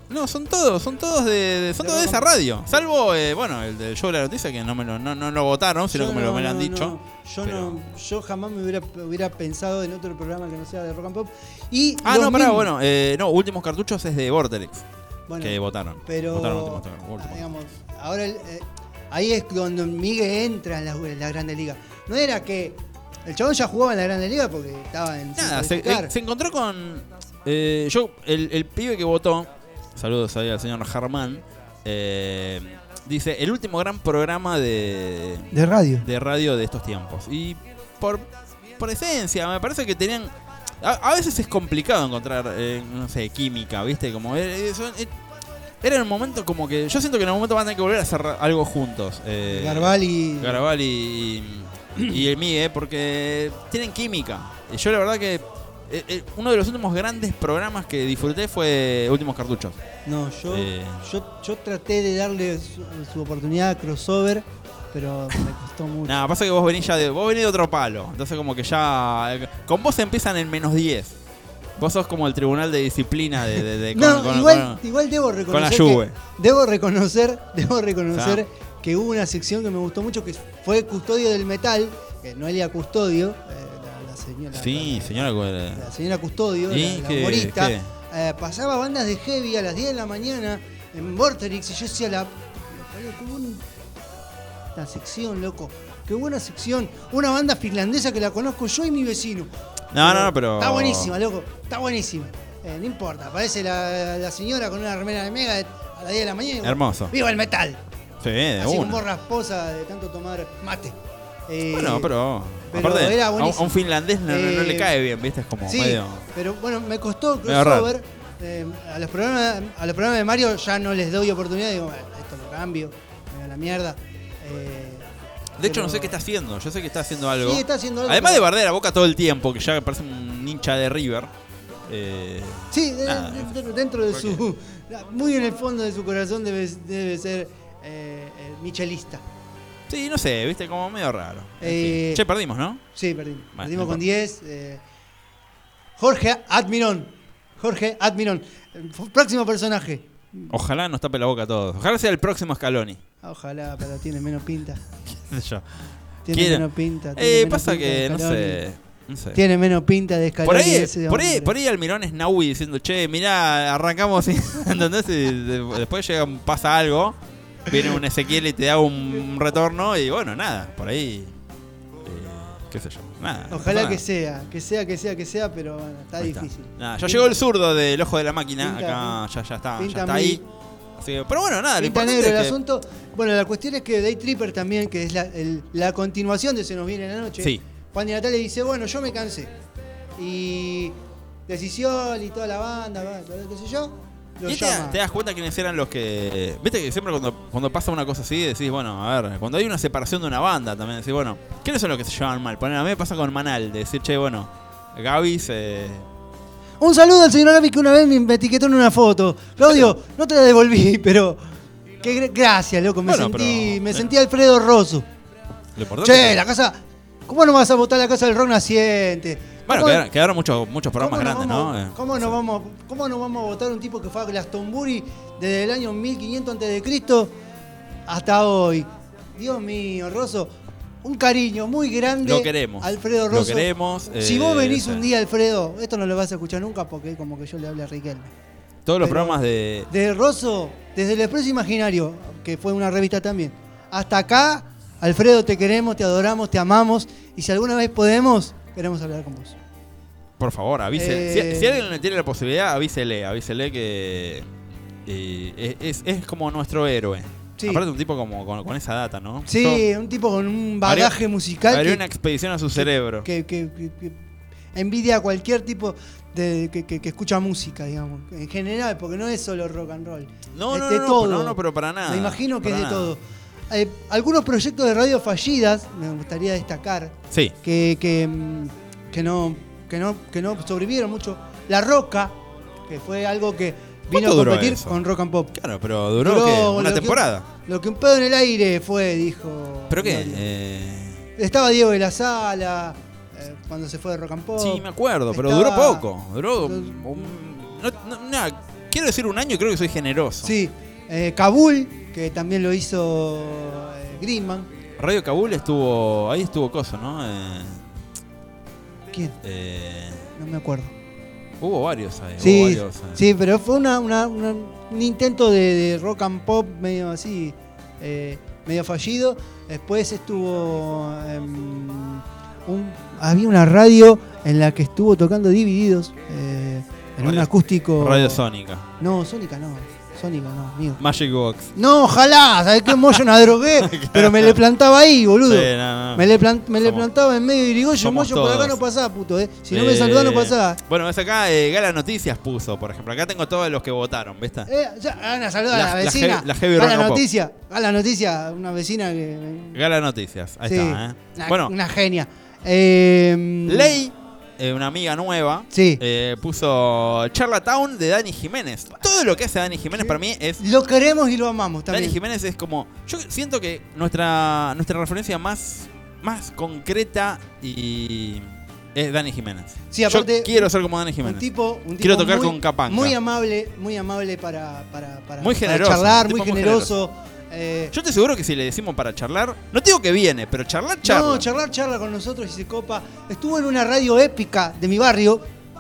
No, son todos, son todos de, de- son De todos de rock esa and- radio. Salvo, eh, bueno, el del show de la noticia que no me lo, no, no lo votaron, sino Yo que me lo, no, me lo han no, dicho. no. Yo pero- no, yo jamás me hubiera, hubiera pensado en otro programa que no sea de rock and pop. Y Ah, los no, pará, mismos- bueno, eh, no, Últimos Cartuchos es de Vortex, bueno, que votaron. pero Votaron Últimos, Últimos. digamos, ahora el- eh, ahí es donde Miguel entra en la, en la Grande Liga. No era que el chabón ya jugaba en la Grande Liga porque estaba en sin Nada, se, calificar. eh, se encontró con. eh, yo, el, el pibe que votó, saludos ahí al señor Germán, eh, dice: el último gran programa de, de radio. de radio de estos tiempos. Y por, por esencia, me parece que tenían. A, a veces es complicado encontrar, eh, no sé, química, ¿viste? Como. eh, son- eh, era en un momento como que. Yo siento que en algún momento van a tener que volver a hacer algo juntos. Eh, Garbal y Garabal y, y el Migue, porque tienen química. Y yo la verdad que eh, eh, uno de los últimos grandes programas que disfruté fue Últimos Cartuchos. no, yo, Eh. yo yo traté de darle su, su oportunidad a crossover, pero me costó mucho. Nada, pasa que vos venís ya de, vos venís de otro palo. Entonces como que ya eh, con vos empiezan en menos diez. Vos sos como el tribunal de disciplina de, de- de- No, con- con- igual, con- igual debo reconocer la que- Juve. debo reconocer, debo reconocer Ya. que hubo una sección que me gustó mucho que fue Custodio del Metal, que Noelia Custodio, eh, la, la señora, Sí, la, señora. la- la señora Custodio, ¿Y la, la qué- humorista, qué? eh, pasaba bandas de heavy a las diez de la mañana en Vorterix y yo decía la, qué buena una sección, loco, qué buena sección, una banda finlandesa que la conozco yo y mi vecino. No, no, no, pero. Está buenísima, loco, está buenísima. Eh, no importa, aparece la, la señora con una remera de Mega a las diez de la mañana. y- Hermoso. ¡Viva el metal! Sí, de Así con una. voz rasposa de tanto tomar mate. Eh, Bueno, pero. pero aparte, era a un, buenísimo. a un finlandés no, no- no le Eh, cae bien, ¿viste? Es como Sí, medio. pero bueno, me costó Medio raro. crossover. Eh, a, los programas, a los programas de Mario ya no les doy oportunidad. Digo, "Bueno, esto lo cambio, me da la mierda. Eh, De hecho, pero- no sé qué está haciendo. Yo sé que está haciendo algo. Sí, está haciendo algo. Además de pero- barder a Boca todo el tiempo, que ya parece un hincha de River. Eh, Sí, de- Nada, de- de- dentro de su. Muy en el fondo de su corazón debe, debe ser eh, eh, michelista. sí, no sé, viste, como medio raro. En Eh, fin. Che, perdimos, ¿no? Sí, perdimos. Bueno, perdimos no con importa. diez. eh, Jorge Admirón. Jorge Admirón. El f- próximo personaje. Ojalá nos tape la boca a todos. Ojalá sea el próximo Scaloni. Ah, ojalá, pero tiene menos pinta. qué sé yo. Tiene Quiere- menos pinta. tiene Eh, menos pasa pinta que, de no Scaloni. sé. No sé. Tiene menos pinta de Scaloni Por ahí, ese por, ahí, hombre. por ahí Almirón es Naui diciendo, che, mirá, arrancamos y ¿entendés? Y de- después llega, pasa algo, viene un Ezequiel y te da un retorno y bueno, nada, por ahí, eh, qué sé yo, nada. no Ojalá pasa que nada. sea, que sea, que sea, que sea, pero bueno, está Ahí está. difícil. Nada, ya Pinta- llegó el zurdo del ojo de la máquina, pinta- acá ya, ya está, pinta ya está muy- ahí. Así que, pero bueno, nada, lo Pinta importante negro el es que- asunto. Bueno, la cuestión es que Day Tripper también, que es la, el- la continuación de Se nos viene en la noche. Sí. Juan Di Natale dice, bueno, yo me cansé. Y Decisión y toda la banda, va, qué sé yo, lo ¿Y te, llama. te das cuenta quiénes eran los que... Viste que siempre cuando, cuando pasa una cosa así decís, bueno, a ver, cuando hay una separación de una banda también decís, bueno, ¿quiénes son los que se llevan mal? Poner, a mí me pasa con Manal, de decir, che, bueno, Gaby se... Un saludo al señor Gaby que una vez me etiquetó en una foto. Claudio, no te la devolví, pero... Qué gra- gracias, loco, me Bueno, sentí pero- me sentí Alfredo Rosso. Lo importante Che, es- la casa... ¿Cómo no vas a votar la casa del rock naciente? Bueno, ¿Cómo- quedaron, quedaron muchos, muchos programas ¿Cómo grandes, vamos, ¿no? Eh, ¿cómo, no sí. vamos, ¿Cómo no vamos a votar un tipo que fue a Glastonbury desde el año mil quinientos antes de Cristo hasta hoy? Dios mío, Rosso, un cariño muy grande. Lo queremos. Alfredo Lo Rosso. queremos. Si eh, vos venís sí. un día, Alfredo, esto no lo vas a escuchar nunca porque es como que yo le hablé a Riquelme. Todos los pero- programas de... De Rosso, desde el Expreso Imaginario, que fue una revista también, hasta acá, Alfredo, te queremos, te adoramos, te amamos. Y si alguna vez podemos, queremos hablar con vos. Por favor, avise. Eh, Si, si alguien tiene la posibilidad, avísele. Avísele que eh, es, es como nuestro héroe. Sí. Aparte un tipo como con, con esa data, ¿no? Sí, Yo un tipo con un bagaje musical haría que, una expedición a su cerebro. que, que- que- que envidia a cualquier tipo de que, que- que escucha música, digamos. En general, porque no es solo rock and roll. No, es no, de no, todo. no, no, pero para nada. Me imagino que para es de nada. todo. Eh, algunos proyectos de radio fallidas, me gustaría destacar, Sí. que, que, mm, que no, que, no, que no sobrevivieron mucho. La Roca, que fue algo que vino a ¿Cuánto duró competir eso? con Rock and Pop. Claro, pero duró, Duró ¿qué? lo Una que- temporada. Lo que un pedo en el aire fue, dijo. ¿Pero qué? Gloria. Eh, Estaba Diego de la Sala, eh, cuando se fue de Rock and Pop. sí, me acuerdo, pero Estaba- duró poco. Duró Dur- un- un- no- no- nada, quiero decir un año y creo que soy generoso. Sí, eh, Kabul, que también lo hizo eh, Greenman. Radio Kabul estuvo. Ahí estuvo Coso, ¿no? Eh, ¿Quién? eh, No me acuerdo. hubo varios ahí. Sí, hubo varios, eh. sí, pero fue una, una- una- un intento de, de rock and pop medio así, eh, medio fallido. Después estuvo. em, un, había una radio en la que estuvo tocando Divididos. eh, en un Radio- acústico. Radio Sónica. No, Sónica no. Sónica no, mío. Magic Box. No, ojalá, ¿sabés qué? Yo no drogué, pero me le plantaba ahí, boludo. Sí, no, no. Me le, plan- me le Somos- plantaba en medio de Irigoyen, somos Moyo, por acá todos. no pasaba, puto, eh. Si no me Eh, saludás no pasaba. Bueno, ves acá, eh, Gala Noticias puso, por ejemplo. Acá tengo todos los que votaron, ¿viste? Eh, ya, van a saludar La- a la la vecina. heavy- la heavy a rock la and pop. noticia, a la noticia, una vecina que. Gala Noticias, ahí sí, está, ¿eh? una, Bueno, una genia. Eh, Ley, eh, una amiga nueva, Sí. eh, puso Charlatown de Dani Jiménez. Todo lo que hace Dani Jiménez para mí es. Lo queremos y lo amamos también. Dani Jiménez es como. Yo siento que nuestra, nuestra referencia más, más concreta y. es Dani Jiménez. Sí, aparte, yo quiero ser como Dani Un Jiménez. tipo, un tipo Quiero tocar muy, con Capanga. Muy amable, muy amable para, para, para, Muy para generoso, charlar, tipo muy muy generoso. Eh, Yo te aseguro que si le decimos para charlar, no te digo que viene, pero charlar, charla. No, charlar, charla con nosotros y se copa. Estuvo en una radio épica de mi barrio.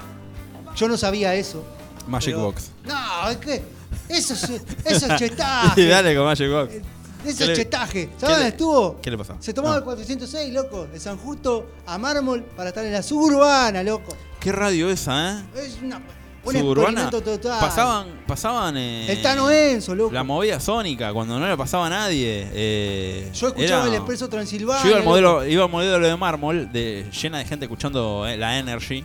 Yo no sabía eso. Magic pero- Box. No, es que eso es, eso es chetaje. Dale con Magic Box. Eso ¿Qué es le- chetaje. qué ¿Sabes dónde le- estuvo? ¿Qué le pasó? Se tomaba No. el cuatrocientos seis, loco, de San Justo a Mármol para estar en la suburbana, loco. ¿Qué radio esa, eh? Es una, un Suburbana. experimento total. Pasaban, pasaban. Eh, El Tano Enzo, loco. La movida sónica, cuando no le pasaba a nadie. eh, Yo escuchaba era- el Expreso Transilvania. Yo iba al loco. modelo, iba al modelo de mármol, de, llena de gente escuchando eh, la Energy.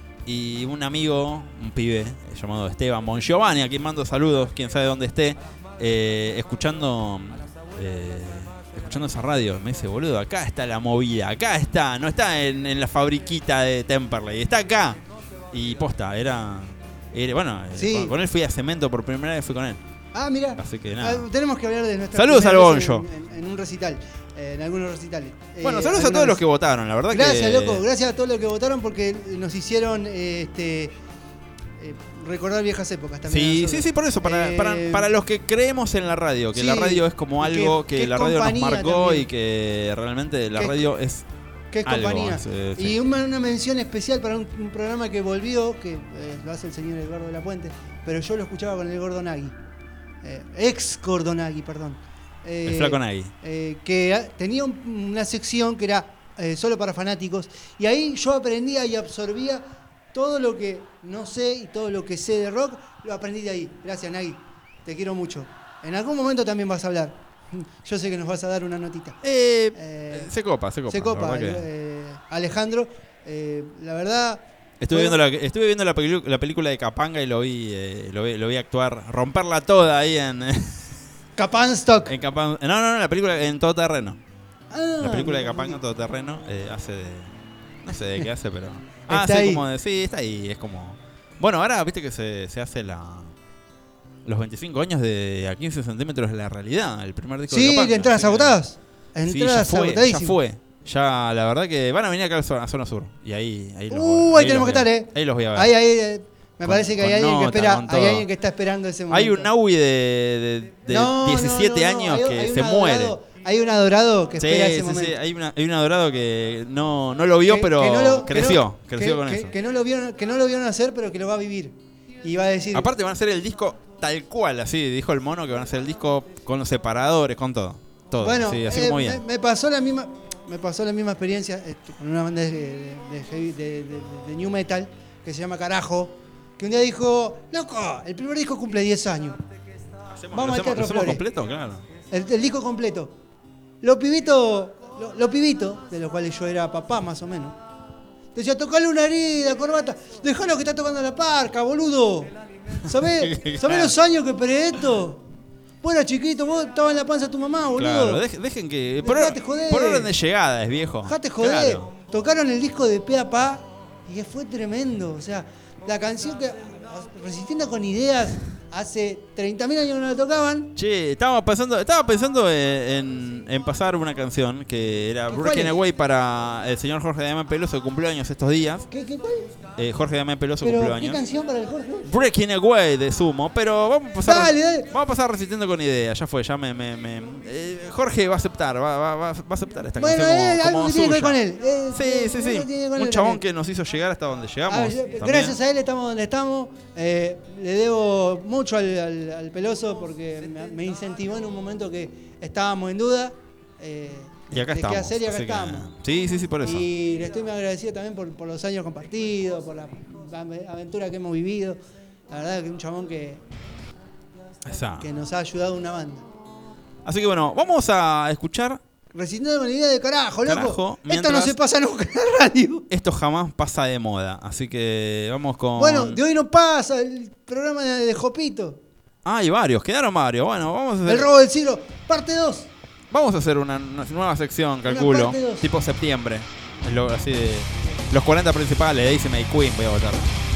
Y un amigo, un pibe llamado Esteban Bongiovanni, a quien mando saludos, quién sabe dónde esté, eh, escuchando eh, escuchando esa radio. Me dice, boludo, acá está la movida, acá está, no está en, en la fabriquita de Temperley, está acá. Y posta, era. era bueno, eh, Sí. con, con él fui a Cemento por primera vez, fui con él. Ah, mira. Así que nada. Tenemos que hablar de nuestra Saludos primera al vez Bonjo. En, en- en un recital, eh, en algunos recitales. Bueno, Eh, saludos a alguna todos los vez. que votaron, la verdad Gracias, que. loco, gracias a todos los que votaron porque nos hicieron eh, este, eh, recordar viejas épocas también. a Sí, nosotros. sí, sí, por eso, para, Eh, para, para los que creemos en la radio, que sí, la radio es como y que- algo que que, es la radio nos compañía marcó también. y que realmente la Que- radio es Que es algo, compañía. es, eh, sí. Y una, una mención especial para un, un programa que volvió, que eh, lo hace el señor Eduardo de la Puente, pero yo lo escuchaba con el Gordo Nagui. Eh, ex Gordo Nagui, perdón. Eh, el flaco Nagui. eh, que a- tenía un- una sección que era eh, solo para fanáticos, y ahí yo aprendía y absorbía todo lo que no sé y todo lo que sé de rock, lo aprendí de ahí. Gracias, Nagui. Te quiero mucho. En algún momento también vas a hablar. Yo sé que nos vas a dar una notita. Eh, Eh, se copa, se copa. Se la copa, verdad que- eh, Alejandro. eh, la verdad. Estuve bueno, viendo, la, estuve viendo la, pelicu- la película de Capanga y lo vi, eh, lo vi, lo vi actuar, romperla toda ahí en, Capanstock. en Capanga. No, no, no, la película en Todo Terreno. Ah, La película de mira, Capanga, mira. Todo Terreno, eh, hace de. No sé de qué hace, pero. Ah, Está sí, ahí. como de. Sí, está ahí, es como. Bueno, ahora viste que se, se hace la. Los veinticinco años de A quince centímetros de la realidad, el primer disco de Sí, Capanga. de entradas así que- agotadas. Sí, ya Entradas fue, ya agotadísimas. fue. Ya, la verdad que van a venir acá a la zona sur. Y ahí, ahí los Uh, voy- ahí tenemos los que voy a- estar, eh. Ahí los voy a ver. Ahí, ahí, eh, me Con- parece que hay con alguien que nota, espera, con hay todo. alguien que está esperando ese momento. Hay un Naui de, de, de No, no, diecisiete no, no, años hay- que hay se un muere. adorado- hay un adorado que Sí, espera ese sí, momento. sí. Hay, una, hay un adorado que no, no lo vio, Que- pero que no lo- que creció. no- creció que- con que- eso. Que no, lo vieron, que no lo vieron hacer, pero que lo va a vivir. Y va a decir. Aparte van a hacer el disco tal cual, así dijo el mono, que van a hacer el disco con los separadores, con todo. Todo, bueno, sí, así eh, como me, bien. me pasó la misma. Me pasó la misma experiencia eh, con una banda de, de, de heavy- de- de- de new metal que se llama Carajo, que un día dijo, loco, el primer disco cumple diez años. ¿Hacemos, vamos lo al hacemos- Teatro lo hacemos Flores. completo? Claro. El, el disco completo. Los pibitos, lo- los pibitos, de los cuales yo era papá más o menos, decía, tocale una herida, corbata, dejalo que está tocando la parca, boludo. ¿Sabés, ¿sabés los años que esperé esto? Vos eras chiquito, vos estabas en la panza de tu mamá, boludo. Claro, dej- dejen que. Por, Dejate joder. por orden de llegada, es viejo. Dejate joder. Claro. Tocaron el disco de pe a pa y fue tremendo. O sea, la canción que. Resistiendo con ideas hace treinta mil años que no la tocaban. Che, estaba pensando, estaba pensando en, en pasar una canción que era Breaking es? Away para el señor Jorge Damián Peloso, que cumplió años estos días. ¿Qué, qué tal? Eh, Jorge Damián Peloso Pero, cumplió ¿qué años. canción para el Jorge? Breaking Away de Sumo, pero vamos a pasar, Dale, dale. vamos a pasar resistiendo con ideas. Ya fue, ya me, me, me eh, Jorge va a aceptar, va, va, va, va a aceptar esta Bueno, canción eh, como, algo como que tiene que ver suya. con él. Eh, Sí, eh, sí, algo que sí. tiene que ver con Un él chabón también. que nos hizo llegar hasta donde llegamos. Ah, yo- también. gracias a él estamos donde estamos. Eh, le debo mucho al, al- al Peloso porque me, me incentivó en un momento que estábamos en duda. Eh, Y acá de estamos. qué hacer y acá así que- estamos. Sí, sí, sí, por eso. Y le estoy muy agradecido también por, por los años compartidos, por la ave- aventura que hemos vivido. La verdad que es un chabón que, Esa. que nos ha ayudado una banda. Así que bueno, vamos a escuchar. Resistiendo con la idea de carajo, loco. Carajo, Esto mientras- no se pasa nunca en la radio. Esto jamás pasa de moda. Así que vamos con. Bueno, de hoy no pasa el programa de, de Jopito. Ah, hay varios, quedaron varios. Bueno, vamos a hacer. El robo del siglo, parte dos. Vamos a hacer una, una nueva sección, calculo. parte dos. Tipo septiembre. Es lo- así de. Los cuarenta principales de Daisy May Queen voy a votar.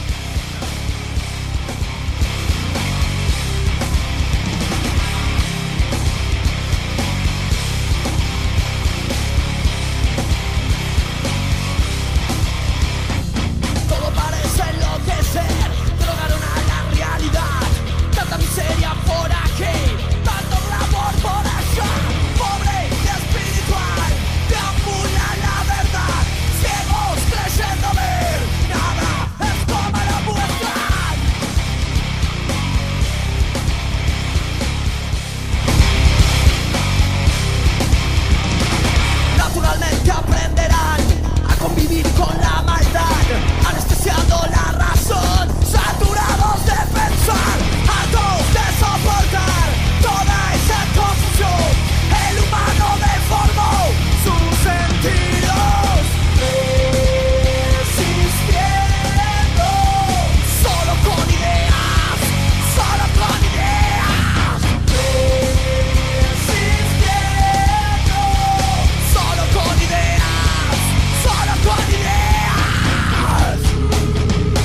Todo parece enloquecer, drogaron a la realidad. Tanta miseria por aquí, tanto glamour por allá. Pobre y espiritual, deambula la verdad. Ciegos creyendo ver, nada es como lo muestran. Naturalmente aprenderán a convivir con la maldad, anestesiando la razón, saturados de pensar, hartos de soportar toda esa confusión. El humano deformó sus sentidos, resistiendo, solo con ideas, solo con ideas, resistiendo, solo con ideas, solo con ideas.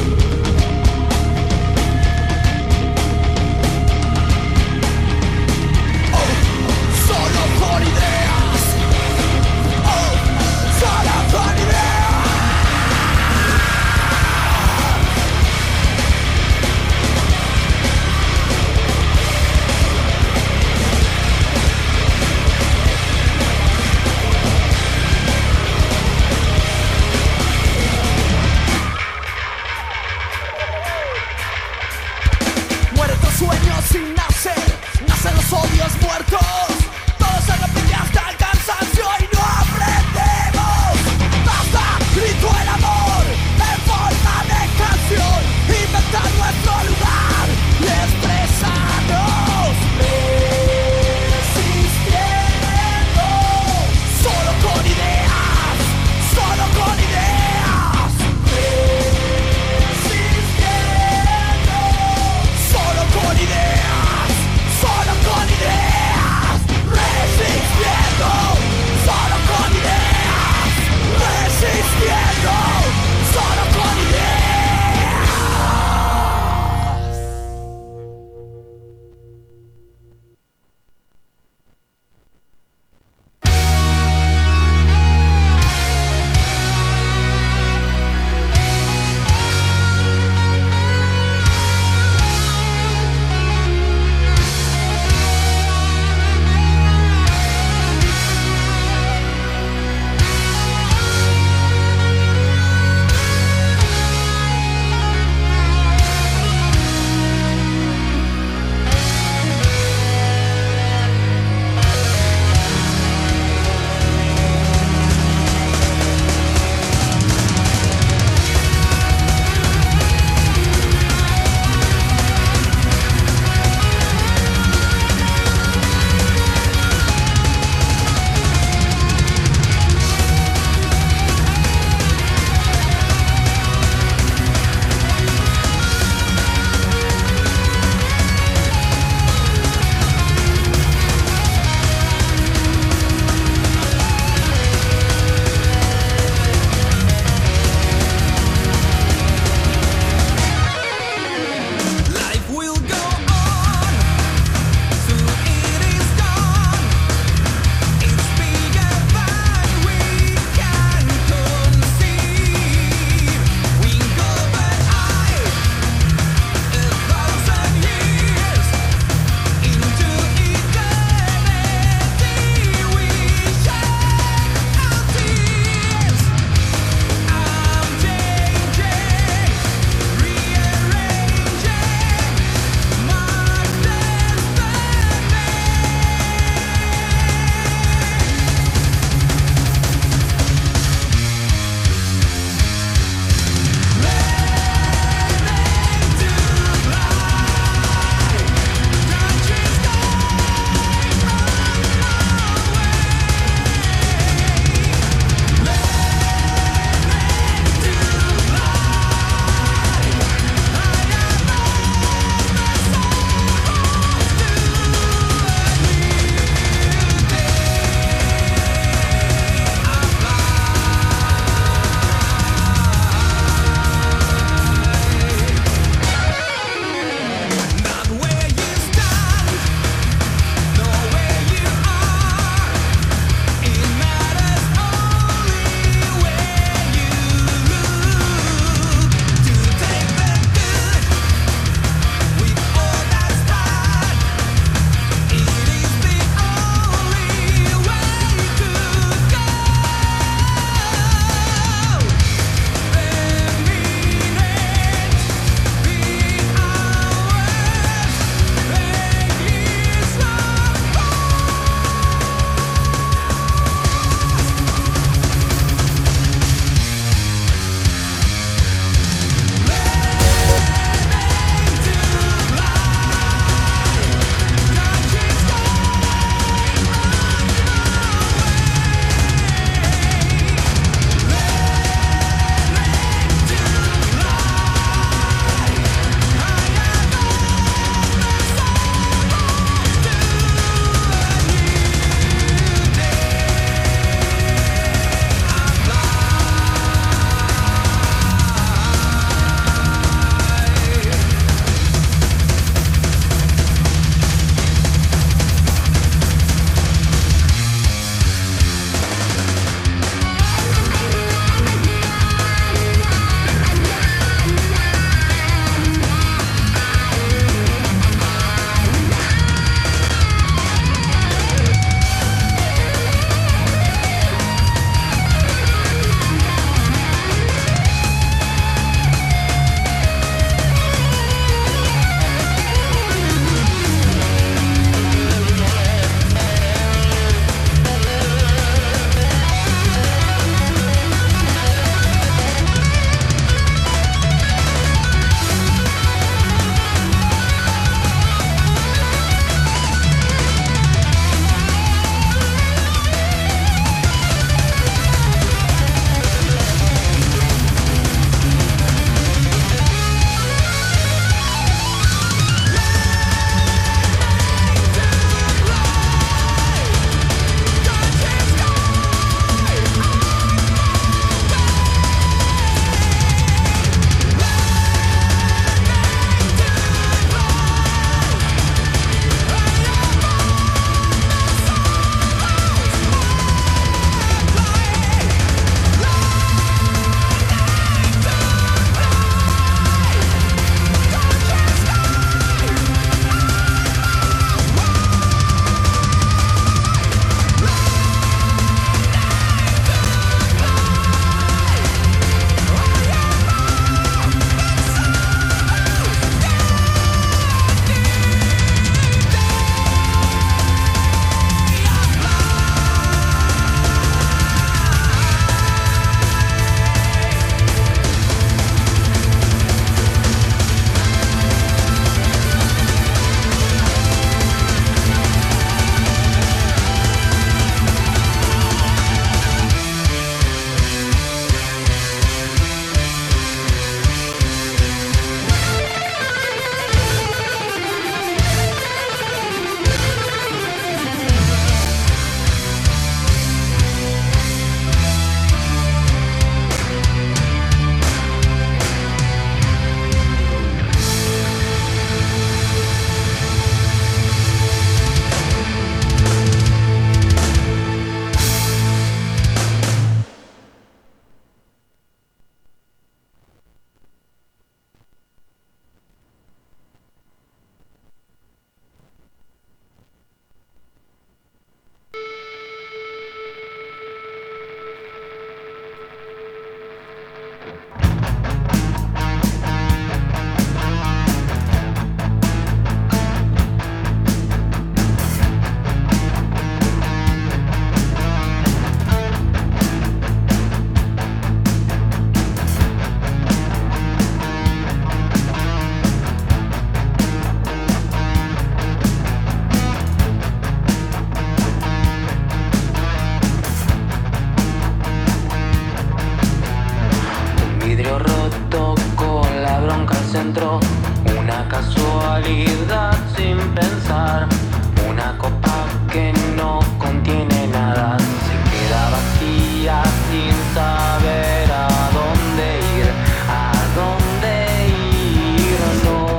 roto con la bronca al centro. Una casualidad sin pensar. Una copa que no contiene nada. Se queda vacía sin saber a dónde ir. A dónde ir, no.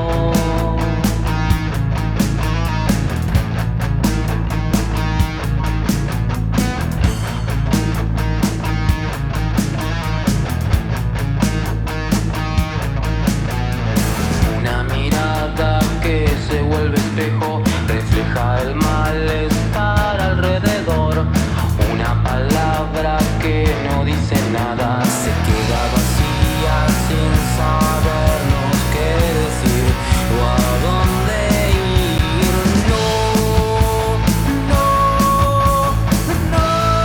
Una mirada que se vuelve espejo, refleja el malestar alrededor. Una palabra que no dice nada, se queda vacía sin sabernos qué decir o a dónde ir. No, no, no.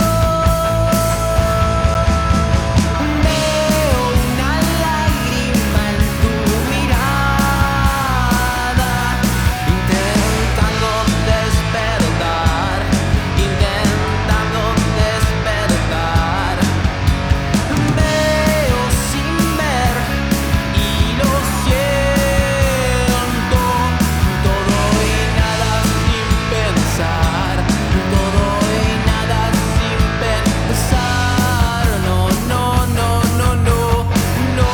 Veo una lágrima en tu mirada, intentando despertar, intentando despertar. Veo sin ver y lo siento, todo y nada sin pensar, todo y nada sin pensar. No, no, no, no, no, no.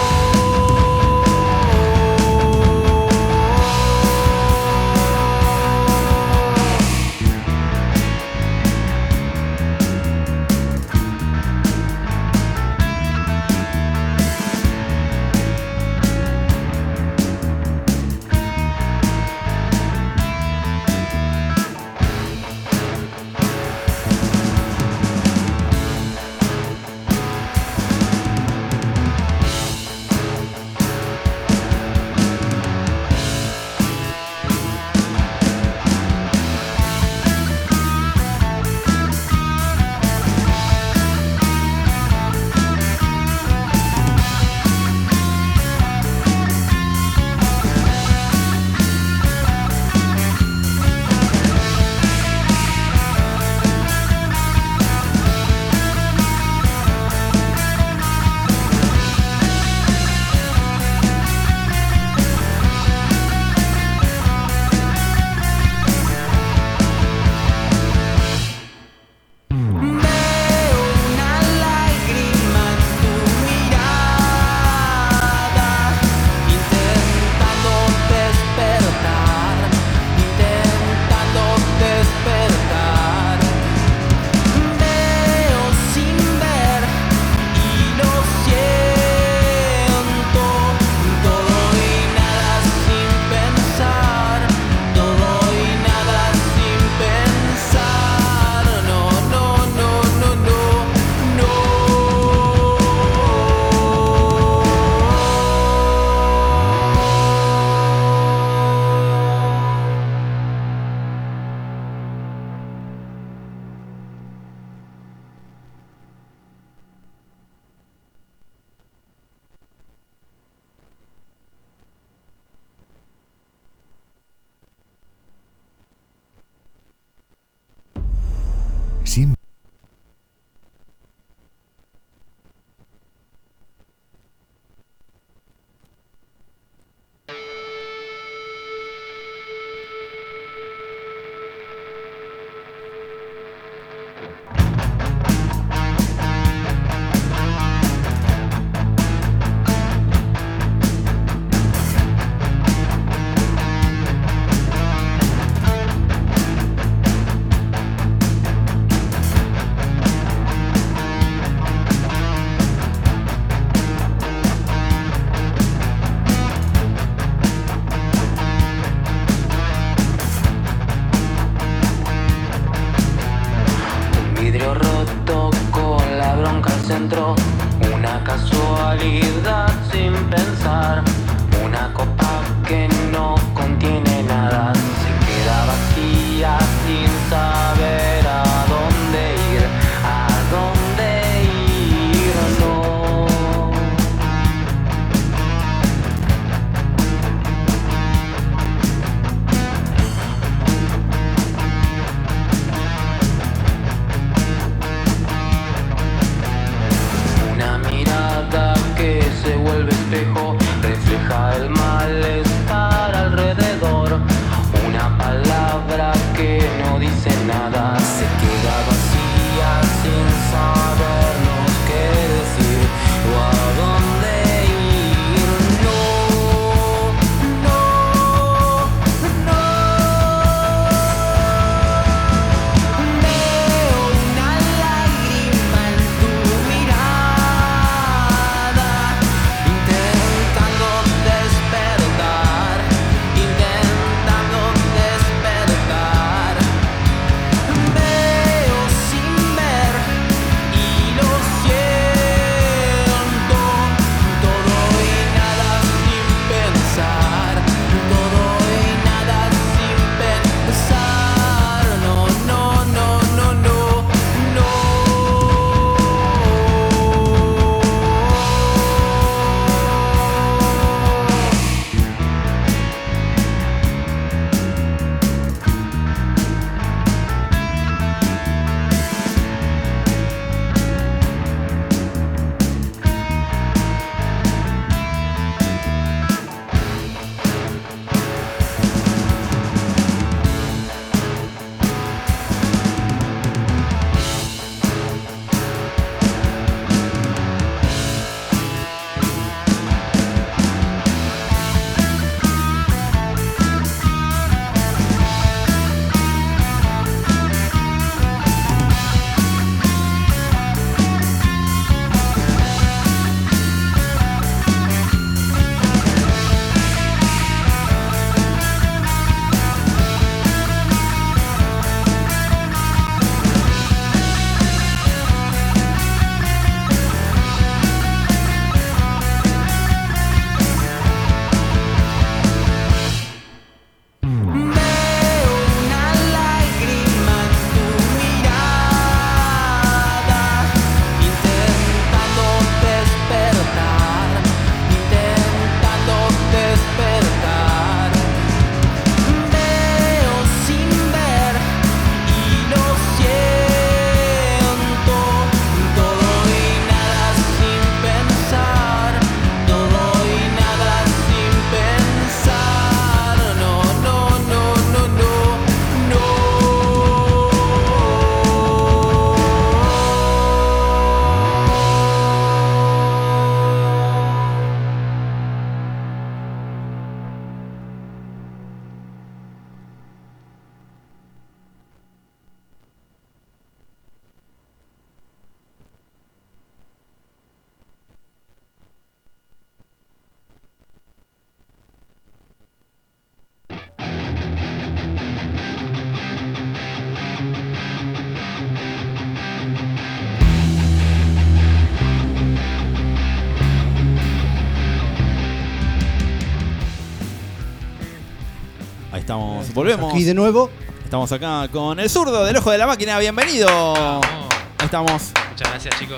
Veo una lágrima en tu mirada, intentando despertar, intentando despertar. Veo sin ver y lo siento, todo y nada sin pensar, todo y nada sin pensar. No, no, no, no, no, no. Siempre. Un vidrio roto con la bronca al centro. Una casualidad sin pensar. Una copa que no contiene nada. Se queda vacía sin saber a dónde ir. A dónde ir, no. Una mirada que se vuelve espejo, Estamos, volvemos. Aquí de nuevo. Estamos acá con el zurdo del Ojo de la Máquina. Bienvenido. Vamos. Ahí estamos. Muchas gracias, chicos.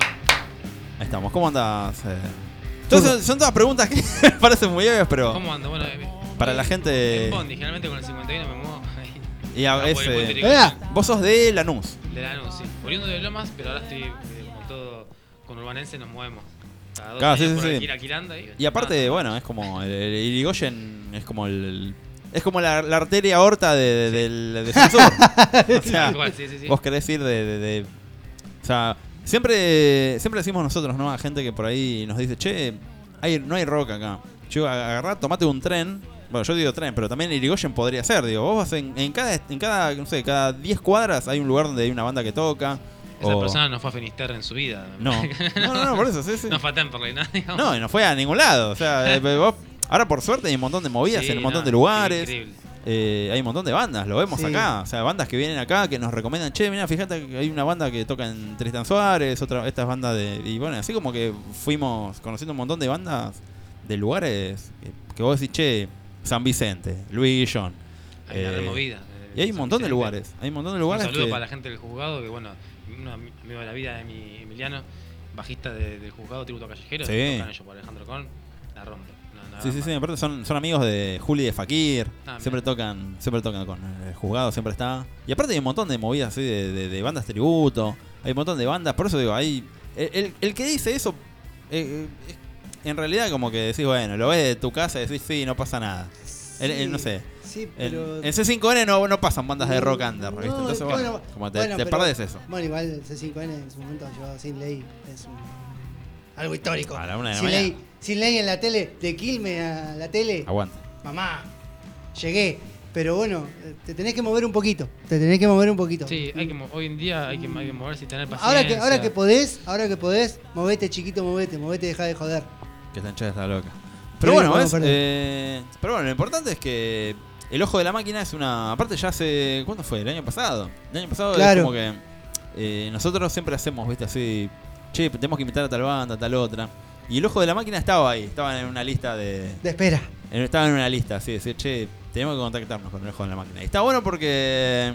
Ahí estamos. ¿Cómo andas? Eh, entonces, son, son todas preguntas que parecen muy obvias, pero ¿Cómo ando? Bueno, eh, para la gente. En Bondi, generalmente con el cincuenta y uno me muevo ahí. Y a Ah, por el puente ese, Irigoyen. vos sos de Lanús. De Lanús, sí. Oriundo de Lomas, pero ahora estoy eh, con todo, con Urbanense nos movemos. Cada dos Claro, sí, años sí, por sí. aquí alquilando ahí. Y aparte, bueno, es como el, el Irigoyen es como el, es como la, la arteria aorta de, de, del de zona sur. O sea, Igual, sí, sí, sí. vos querés ir de, de, de- o sea, siempre siempre decimos nosotros, ¿no? A gente que por ahí nos dice, che, hay, no hay rock acá. Yo agarrá, tomate un tren. Bueno, yo digo tren, pero también Irigoyen podría ser. Digo, vos vas en, en cada, en cada, no sé, cada diez cuadras hay un lugar donde hay una banda que toca. Esa o- persona no fue a Finisterre en su vida. No. No, no, no, por eso, sí, sí. No fue a Temperley, ¿no? Digamos. No, y no fue a ningún lado. O sea, eh, vos, ahora por suerte hay un montón de movidas Sí, en un montón no, de lugares. increíble. Eh, hay un montón de bandas, lo vemos Sí. acá. O sea, bandas que vienen acá que nos recomiendan, che, mira, fíjate que hay una banda que toca en Tristan Suárez, otra, esta es banda de. Y bueno, así como que fuimos conociendo un montón de bandas de lugares que, que vos decís, che, San Vicente, Luis Guillón. Hay una eh, removida. y hay un montón de lugares. Hay un montón de lugares Un saludo que. para la gente del juzgado, que bueno, un ami- amigo de la vida de mi Emiliano, bajista de- del juzgado Tributo Callejero, Sí. que tocan ellos por Alejandro Con, la rompe. No, nada Sí, sí, más. sí, aparte son, son amigos de Juli de Fakir, Ah, siempre mira. tocan, siempre tocan con el juzgado, siempre está. Y aparte hay un montón de movidas así de, de- de bandas tributo, hay un montón de bandas, por eso digo, hay. El, el- el que dice eso, eh, eh, en realidad como que decís, bueno, lo ves de tu casa y decís, sí, no pasa nada. El- el- no sé. Sí, En, pero. en C cinco N no, no pasan bandas de rock under, ¿viste? No, Entonces, bueno, bueno, como te, bueno, te pero- perdés eso. Bueno, igual el C cinco N en su momento llevaba Sin Ley. Es un, algo histórico. A la una de la Sin mañana. Ley, Sin Ley en la tele, de Quilmes a la tele. Aguanta. Mamá, llegué. Pero bueno, eh, te tenés que mover un poquito. Te tenés que mover un poquito. Sí, hay que, mo- hoy en día hay que, hay que moverse y tener paciencia. Ahora que, ahora que podés, ahora que podés, movete chiquito, movete, movete, deja de joder. Que esta hinchada está loca. Pero Sí, bueno, bueno, ¿ves? perdón. Eh, pero bueno, lo importante es que el Ojo de la Máquina es una. Aparte, ya hace. ¿Cuándo fue? El año pasado. El año pasado Claro. es como que. eh, nosotros siempre hacemos, ¿viste? Así. Che, tenemos que invitar a tal banda, a tal otra. Y el Ojo de la Máquina estaba ahí. Estaba en una lista de. De espera. en- Estaba en una lista, así. Decir, che, tenemos que contactarnos con el Ojo de la Máquina. Y está bueno porque.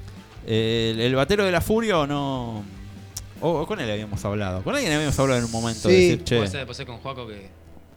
eh, el, el batero de la Furio no. O, o con él habíamos hablado. Con alguien habíamos hablado en un momento. Sí. De decir, che. Puede ser, puede ser con Juaco que.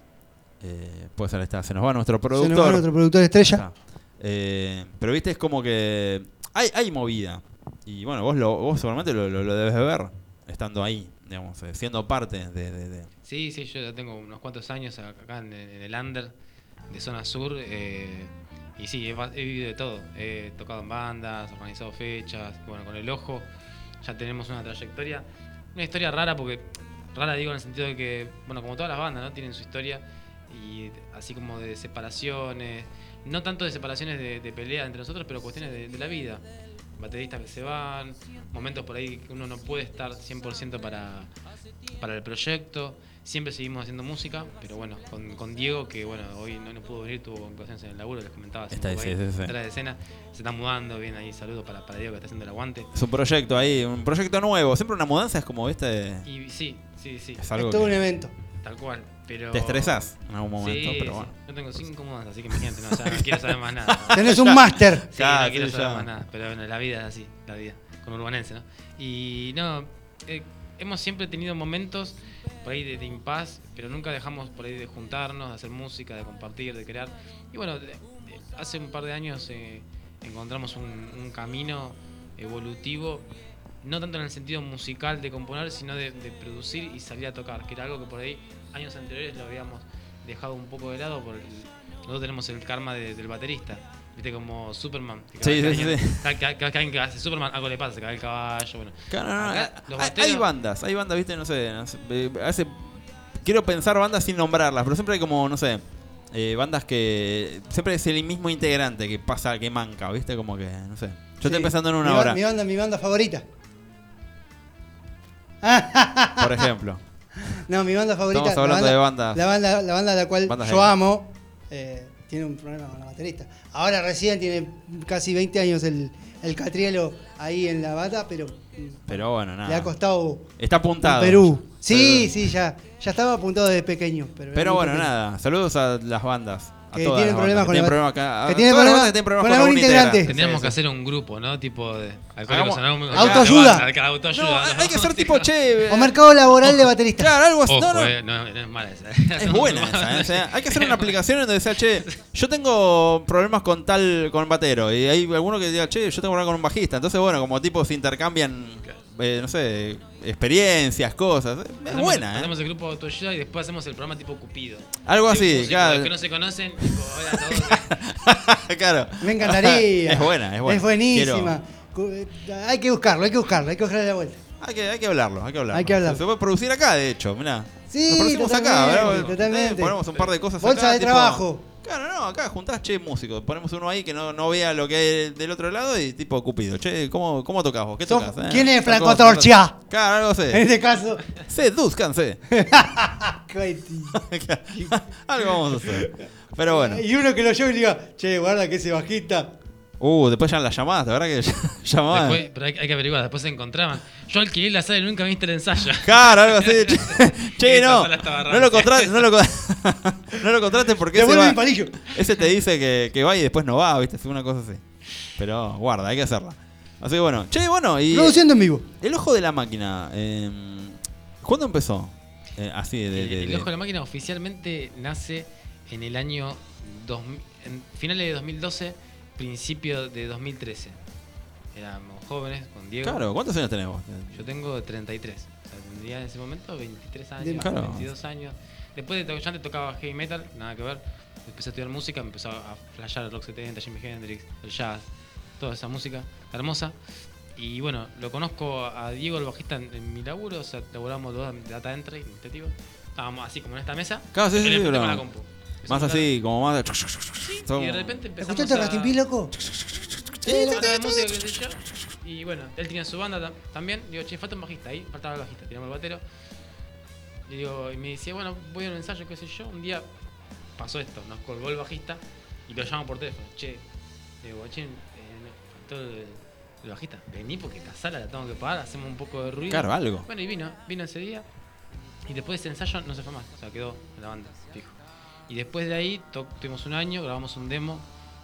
eh, puede ser, está. Se nos va nuestro Se productor. nos va nuestro productor estrella. Está. Eh, pero viste, es como que hay, hay movida. Y bueno, vos lo, vos seguramente lo, lo, lo debes de ver estando ahí, digamos, eh, siendo parte de, de- de- Sí, sí, yo ya tengo unos cuantos años acá en, en el under de zona sur. eh, y sí, he, va- he vivido de todo. He tocado en bandas, organizado fechas. Bueno, con el ojo ya tenemos una trayectoria. Una historia rara porque, rara digo en el sentido de que, bueno, como todas las bandas, ¿no? Tienen su historia. Y así como de separaciones. No tanto de separaciones de, de pelea entre nosotros, pero cuestiones de, de la vida. Bateristas que se van, momentos por ahí que uno no puede estar cien por ciento para, para el proyecto. Siempre seguimos haciendo música, pero bueno, con, con Diego, que bueno, hoy no, no pudo venir, tuvo complicaciones en el laburo, les comentaba hace un Está ahí, poco sí, ahí, sí, sí. detrás de escena. Se está mudando, bien ahí, saludos para, para Diego que está haciendo el aguante. es un proyecto ahí, un proyecto nuevo. Siempre una mudanza es como, viste, Y sí, sí, sí, es algo Es todo un que evento. tal cual. Pero... te estresás en algún momento, Sí, pero sí. bueno. Yo tengo cinco mudanzas, así que imagínate, no, ya no quiero saber más nada. Tenés un máster. Sí, Claro, no quiero sí, saber ya. más nada, pero bueno, la vida es así, la vida, con urbanense, ¿no? Y no, eh, hemos siempre tenido momentos por ahí de, de impas, pero nunca dejamos por ahí de juntarnos, de hacer música, de compartir, de crear. Y bueno, de- de- hace un par de años eh, encontramos un, un camino evolutivo, no tanto en el sentido musical de componer, sino de, de producir y salir a tocar, que era algo que por ahí años anteriores lo habíamos dejado un poco de lado por el- nosotros tenemos el karma de- del baterista, viste, como Superman, que cada Sí, vez sí, que sí, alguien- cada- cada- cada vez que hace Superman algo le pasa, se cae el caballo, bueno. Claro, no, no, Acá, los hay, bateros- hay bandas, hay bandas, viste, no sé, no sé, eh, hace- quiero pensar bandas sin nombrarlas, pero siempre hay como, no sé, eh, bandas que siempre es el mismo integrante que pasa, que manca, viste, como que, no sé. Yo estoy Sí. pensando en Mi una ba- hora, Mi banda, mi banda favorita. por ejemplo. No, mi banda favorita. Estamos hablando la de banda, bandas. La banda, la banda a la cual Bandas yo de- amo, eh, tiene un problema con la baterista. Ahora recién tiene casi veinte años el, el Catrielo ahí en la bata, pero mm, Pero bueno, le ha nada. costado Está apuntado. en Perú. Sí, Pero- sí, ya, ya estaba apuntado desde pequeño. Pero, era Pero muy bueno, pequeño. nada. Saludos a las bandas. A que todas tienen las problemas bandas, con que el tienen bat- problemas acá. que a tienen todas las problemas bandas que tienen problemas con con algún algún integrante. Tendríamos Sí, que sí. hacer un grupo, ¿no? Tipo de Hagamos- Alcohólicos Anónimos. Autoayuda. Claro, claro, autoayuda. No, ¿no? hay que ser tipo, che. O mercado laboral de bateristas. Claro, algo así. Ojo, No, no. eh, no, no es mala esa. Es buena esa, ¿eh? O sea, hay que hacer una aplicación donde sea, che, yo tengo problemas con tal, con batero. Y hay alguno que diga, che, yo tengo problemas con un bajista. Entonces, bueno, como tipo se intercambian, eh, no sé, experiencias, cosas. Es Hacemos- buena, ¿eh? Hacemos el grupo de autoayuda y después hacemos el programa tipo Cupido. Algo Tipo así, músico, claro. los que no se conocen, tipo, hola a todos. Claro. Me encantaría. Es buena, es buena. Es buenísima. Cu- Hay que buscarlo, hay que buscarlo, hay que buscarle la vuelta. Hay que, hay que hablarlo, hay que hablarlo. Hay que hablarlo. Se puede producir acá, de hecho, mirá. Sí, Nos producimos acá, totalmente, ¿verdad? totalmente. Eh, ponemos un par de cosas Bolsa acá. de tipo- trabajo. Claro, no, acá juntás, che, músico. Ponemos uno ahí que no, no vea lo que hay del otro lado y tipo Cupido. Che, ¿cómo, cómo tocas vos? ¿Qué Sos- tocas? eh? ¿Quién es Tal Franco cosa, Torchia? tal cosa. Claro, algo En sé. este caso. Seduzcanse. Algo vamos a hacer. Pero bueno. Y uno que lo lleve y diga, che, guarda que ese bajista. Uh, después ya las llamadas, ¿de verdad que llamaban? Después, pero hay, hay que averiguar, después se encontraban. Yo alquilé la sala y nunca viste el ensayo. Claro, algo así. Che, che, Esa no. sala estaba No lo, rancia. contrates, no, lo, con- no lo contrates porque ese, Devuelve va- mi palillo. ese te dice que, que va y después no va, ¿viste? Es una cosa así. Pero guarda, hay que hacerla. Así que bueno. Che, bueno, y. Produciendo en vivo. El ojo de la máquina. Eh, ¿Cuándo empezó? Eh, así de. de- El, de- el Ojo de la Máquina oficialmente nace en el año dos mil, en finales de dos mil doce, principio de dos mil trece. Éramos jóvenes con Diego. Claro, ¿cuántos años tenés vos? Yo tengo treinta y tres. O sea, tendría en ese momento veintitrés años, Bien, claro. veintidós años. Después de to- ya antes tocaba heavy metal, nada que ver. Empecé a estudiar música, me empezó a flashear el rock setenta, Jimi Hendrix, el jazz, toda esa música hermosa. Y bueno, lo conozco a Diego, el bajista, en, en mi laburo. O sea, laburamos los dos de data entry, administrativo. Estábamos así como en esta mesa. Claro, sí, él sí, enfrente sí, con no. la compu. Empezamos Más a así, como más. Sí, Como- y de repente empezamos ¿Escuchaste a... Rastin Pi, loco? empezamos a hablar de música, qué sé yo. Y bueno, él tenía su banda tam- también. Digo, che, falta un bajista. Ahí faltaba el bajista, tiramos el batero. Y digo, y me decía, bueno, voy a un ensayo, qué sé yo. Un día pasó esto, nos colgó el bajista y lo llamo por teléfono. Che, digo, che, eh, me faltó el, el bajista. Vení porque esta sala la tengo que pagar, hacemos un poco de ruido. Claro, algo. Bueno, y vino, vino ese día. Y después de ese ensayo no se fue más, o sea, quedó en la banda, fijo. Y después de ahí to- tuvimos un año, grabamos un demo.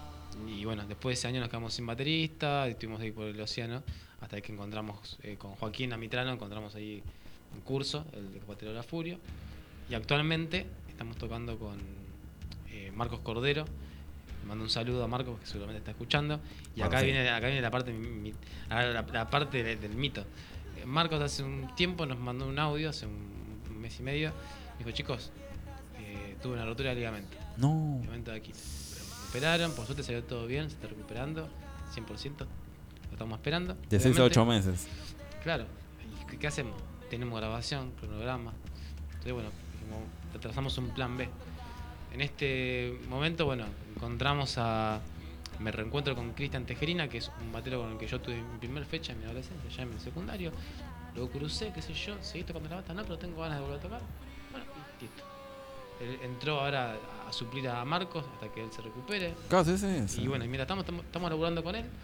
Y bueno, después de ese año nos quedamos sin baterista, y estuvimos ahí por el océano, hasta que encontramos eh, con Joaquín Amitrano, encontramos ahí un curso, el de batero de la Furio. Y actualmente estamos tocando con eh, Marcos Cordero. Le mando un saludo a Marcos, que seguramente está escuchando. Y acá, Ah, sí. viene, acá viene la parte, mi- mi- ahora la, la parte del, del mito. Eh, Marcos hace un tiempo nos mandó un audio, hace un, un mes y medio. Dijo, chicos, eh, tuve una rotura de ligamento. No. Ligamento de Aquiles. Lo operaron, por suerte salió todo bien, se está recuperando, cien por ciento. Lo estamos esperando. De seis a Obviamente, ocho meses. Claro. ¿Y qué, qué hacemos? Tenemos grabación, cronograma. Entonces, bueno, dijimos, trazamos un plan B. En este momento, bueno, encontramos a... Me reencuentro con Cristian Tejerina, que es un batero con el que yo tuve mi primera fecha en mi adolescencia, ya en el secundario. Luego crucé, qué sé yo, seguí tocando la bata, no, pero tengo ganas de volver a tocar. Bueno, y listo. Él entró ahora a suplir a Marcos hasta que él se recupere. Claro, sí, sí, sí. Y bueno, y mira, estamos, estamos, estamos laburando con él,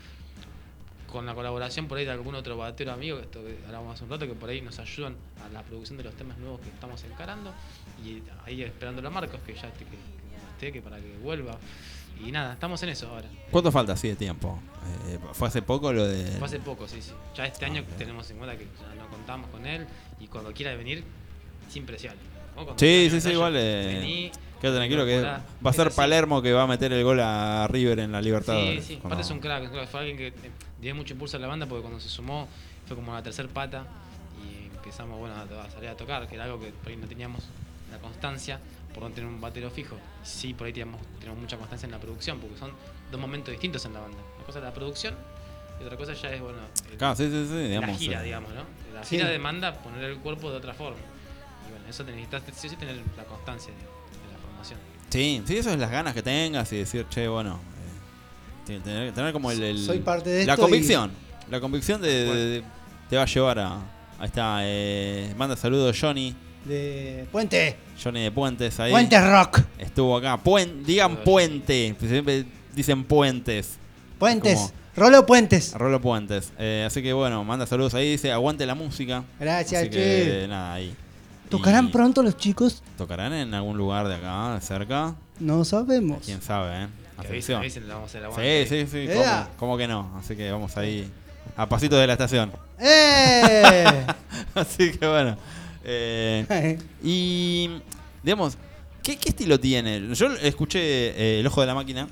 con la colaboración por ahí de algún otro batero amigo, que esto que hablábamos hace un rato, que por ahí nos ayudan a la producción de los temas nuevos que estamos encarando. Y ahí esperando a Marcos, que ya esté, que, que esté, que para que vuelva. Y nada, estamos en eso ahora. ¿Cuánto falta así de tiempo? Eh, ¿Fue hace poco lo de...? Fue hace poco, sí, sí. Ya este año tenemos en cuenta que ya no contamos con él y cuando quiera venir, sin presión. ¿no? Cuando Sí, quiera sí, venir sí, al igual. ensayo, Eh, vení, quédate tranquilo que incorporá. va a ser Es así. Palermo que va a meter el gol a River en la Libertadores. Sí, sí, Cuando- aparte es un crack, es un crack. Fue alguien que eh, dio mucho impulso a la banda porque cuando se sumó fue como la tercer pata y empezamos bueno, a, a salir a tocar, que era algo que por ahí no teníamos la constancia por no tener un batero fijo. Sí, por ahí teníamos, tenemos mucha constancia en la producción porque son dos momentos distintos en la banda. Una cosa es la producción y otra cosa ya es, bueno, el- Claro, sí, sí, sí, la digamos. gira, eh, digamos, ¿no? La Sí. gira demanda poner el cuerpo de otra forma. Y bueno, eso necesitas sí o sí tener la constancia de, de la formación. Sí, sí, eso es las ganas que tengas y decir, che, bueno. eh, tener, tener como el, el- Soy parte de la esto convicción. La convicción de, de- de- te va a llevar a. Ahí está, eh, manda saludos Johnny. De Puente. Johnny de Puentes ahí. Puente Rock. Estuvo acá. Puen- digan puente. Siempre dicen puentes. Puentes. Como- Rolo Puentes. Rolo Puentes. Eh, así que bueno, manda saludos ahí. Dice aguante la música. Gracias, Así che. que nada, ahí. ¿Tocarán Y- pronto los chicos? ¿Tocarán en algún lugar de acá, de cerca? No sabemos. ¿Quién sabe, eh? Que Atención. avisen, avisen, le vamos a hacer aguante. Sí, sí, sí. ¡Ea! ¿Cómo, cómo que no? Así que vamos ahí a pasito de la estación. ¡Eh! Así que bueno. Eh, y, digamos, ¿qué, qué estilo tiene? Yo escuché eh, El Ojo de la Máquina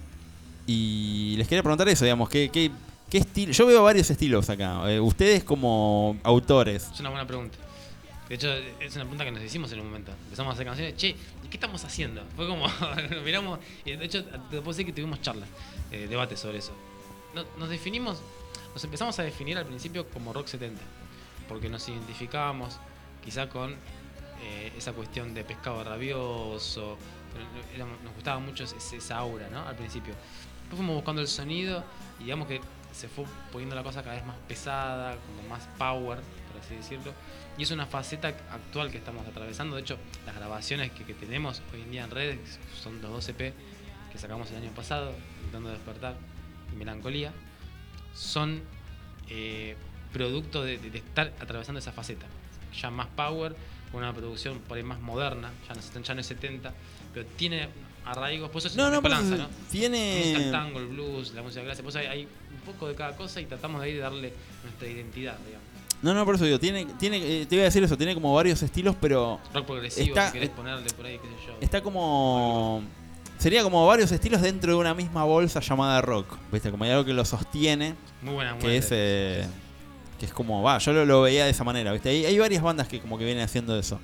y les quería preguntar eso, digamos, ¿qué, qué, qué estilo? Yo veo varios estilos acá. Eh, ustedes como autores. Es una buena pregunta. De hecho, es una pregunta que nos hicimos en un momento. Empezamos a hacer canciones. Che, ¿y qué estamos haciendo? Fue como, nos miramos. Y de hecho, te puedo decir que tuvimos charlas, eh, debates sobre eso. No- Nos definimos, nos empezamos a definir al principio como rock setenta. Porque nos identificábamos quizá con eh, esa cuestión de pescado rabioso. Era- nos gustaba mucho ese- esa aura, ¿no? Al principio. Después fuimos buscando el sonido y digamos que se fue poniendo la cosa cada vez más pesada, como más power, por así decirlo. Y es una faceta actual que estamos atravesando. De hecho, las grabaciones que, que tenemos hoy en día en redes son los dos E P que sacamos el año pasado, Intentando Despertar y Melancolía. Son eh, producto de, de- de estar atravesando esa faceta. Ya más power, con una producción por ahí más moderna, ya no, es- ya no es setenta, pero tiene arraigos. Por eso es No, una no, pero mezcolanza, ¿no? tiene- Me gusta el tango, el blues, la música clásica. Pues hay, hay un poco de cada cosa y tratamos de ahí de darle nuestra identidad, digamos. No, no, por eso digo, tiene, tiene, eh, te iba a decir eso, tiene como varios estilos, pero Rock progresivo, está, si querés ponerle por ahí, qué sé yo. está como... Sería como varios estilos dentro de una misma bolsa llamada rock, ¿viste? Como hay algo que lo sostiene, Muy buena que muerte. es, eh, que es como, va, yo lo, lo veía de esa manera, ¿viste? Hay, hay varias bandas que como que vienen haciendo eso.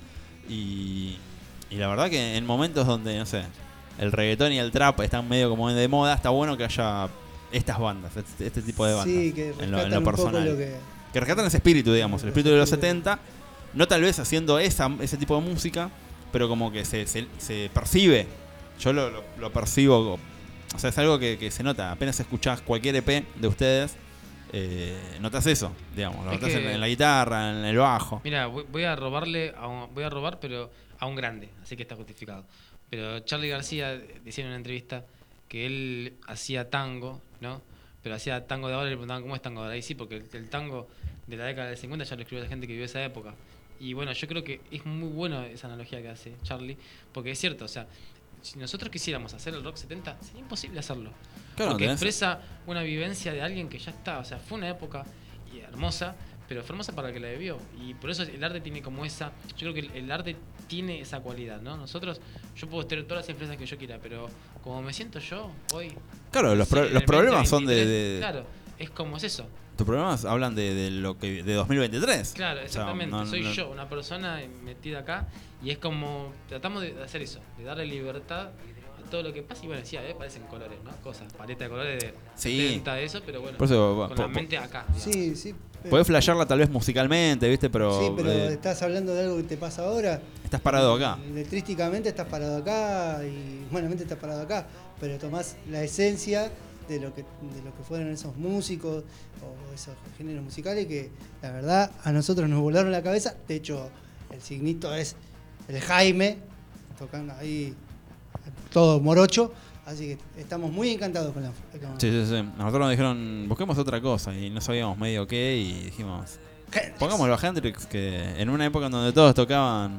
Y, y la verdad que en momentos donde, no sé, el reggaetón y el trap están medio como de moda, está bueno que haya estas bandas, este, este tipo de bandas. Sí, que en lo, en rescatan lo un poco personal. lo que... Que rescatan ese espíritu, digamos, el espíritu de los setenta, no tal vez haciendo esa, ese tipo de música, pero como que se, se, se percibe. Yo lo, lo, lo percibo, o sea, es algo que, que se nota. Apenas escuchás cualquier E P de ustedes, eh, notas eso, digamos, lo Es notas que- en, en la guitarra, en el bajo. Mira, voy, voy a robarle, a un- voy a robar, pero a un grande, así que está justificado. Pero Charly García decía en una entrevista que él hacía tango, ¿no? Pero hacía tango de ahora y le preguntaban cómo es tango de ahora. Y sí, porque el, el tango de la década del cincuenta ya lo escribió la gente que vivió esa época. Y bueno, yo creo que es muy bueno esa analogía que hace Charly, porque es cierto, o sea, si nosotros quisiéramos hacer el rock setenta, sería imposible hacerlo. Claro, porque tenés- expresa una vivencia de alguien que ya está, o sea, fue una época y hermosa, pero fue hermosa para el que la vivió. Y por eso el arte tiene como esa, yo creo que el, el arte tiene esa cualidad, ¿no? Nosotros, yo puedo tener todas las influencias que yo quiera, pero como me siento yo hoy... Claro, los, pro- sí, en los el problemas son de, veinte veintitrés, de- Claro, es como es eso. Tus problemas hablan de, de lo que de dos mil veintitrés. Claro, O sea, exactamente. no- Soy no- yo, una persona metida acá, y es como, tratamos de hacer eso, de darle libertad a todo lo que pasa. Y bueno, decía, eh, parecen colores, ¿no? Cosas, paleta de colores de Sí. setenta, de eso, pero bueno, Por eso, con po- la po- mente acá. digamos. Sí, sí. pero- Podés flashearla tal vez musicalmente, ¿viste? Pero, Sí, pero eh, estás hablando de algo que te pasa ahora. estás parado acá. Letrísticamente estás parado acá y humanamente estás parado acá, pero tomás la esencia de lo que de lo que fueron esos músicos o esos géneros musicales que la verdad a nosotros nos volaron la cabeza. De hecho, el signito es el Jaime tocando ahí todo morocho, así que estamos muy encantados con la con- Sí, sí, sí. Nosotros nos dijeron, busquemos otra cosa y no sabíamos medio qué y dijimos, Hendrix. pongámoslo a Hendrix, que en una época en donde todos tocaban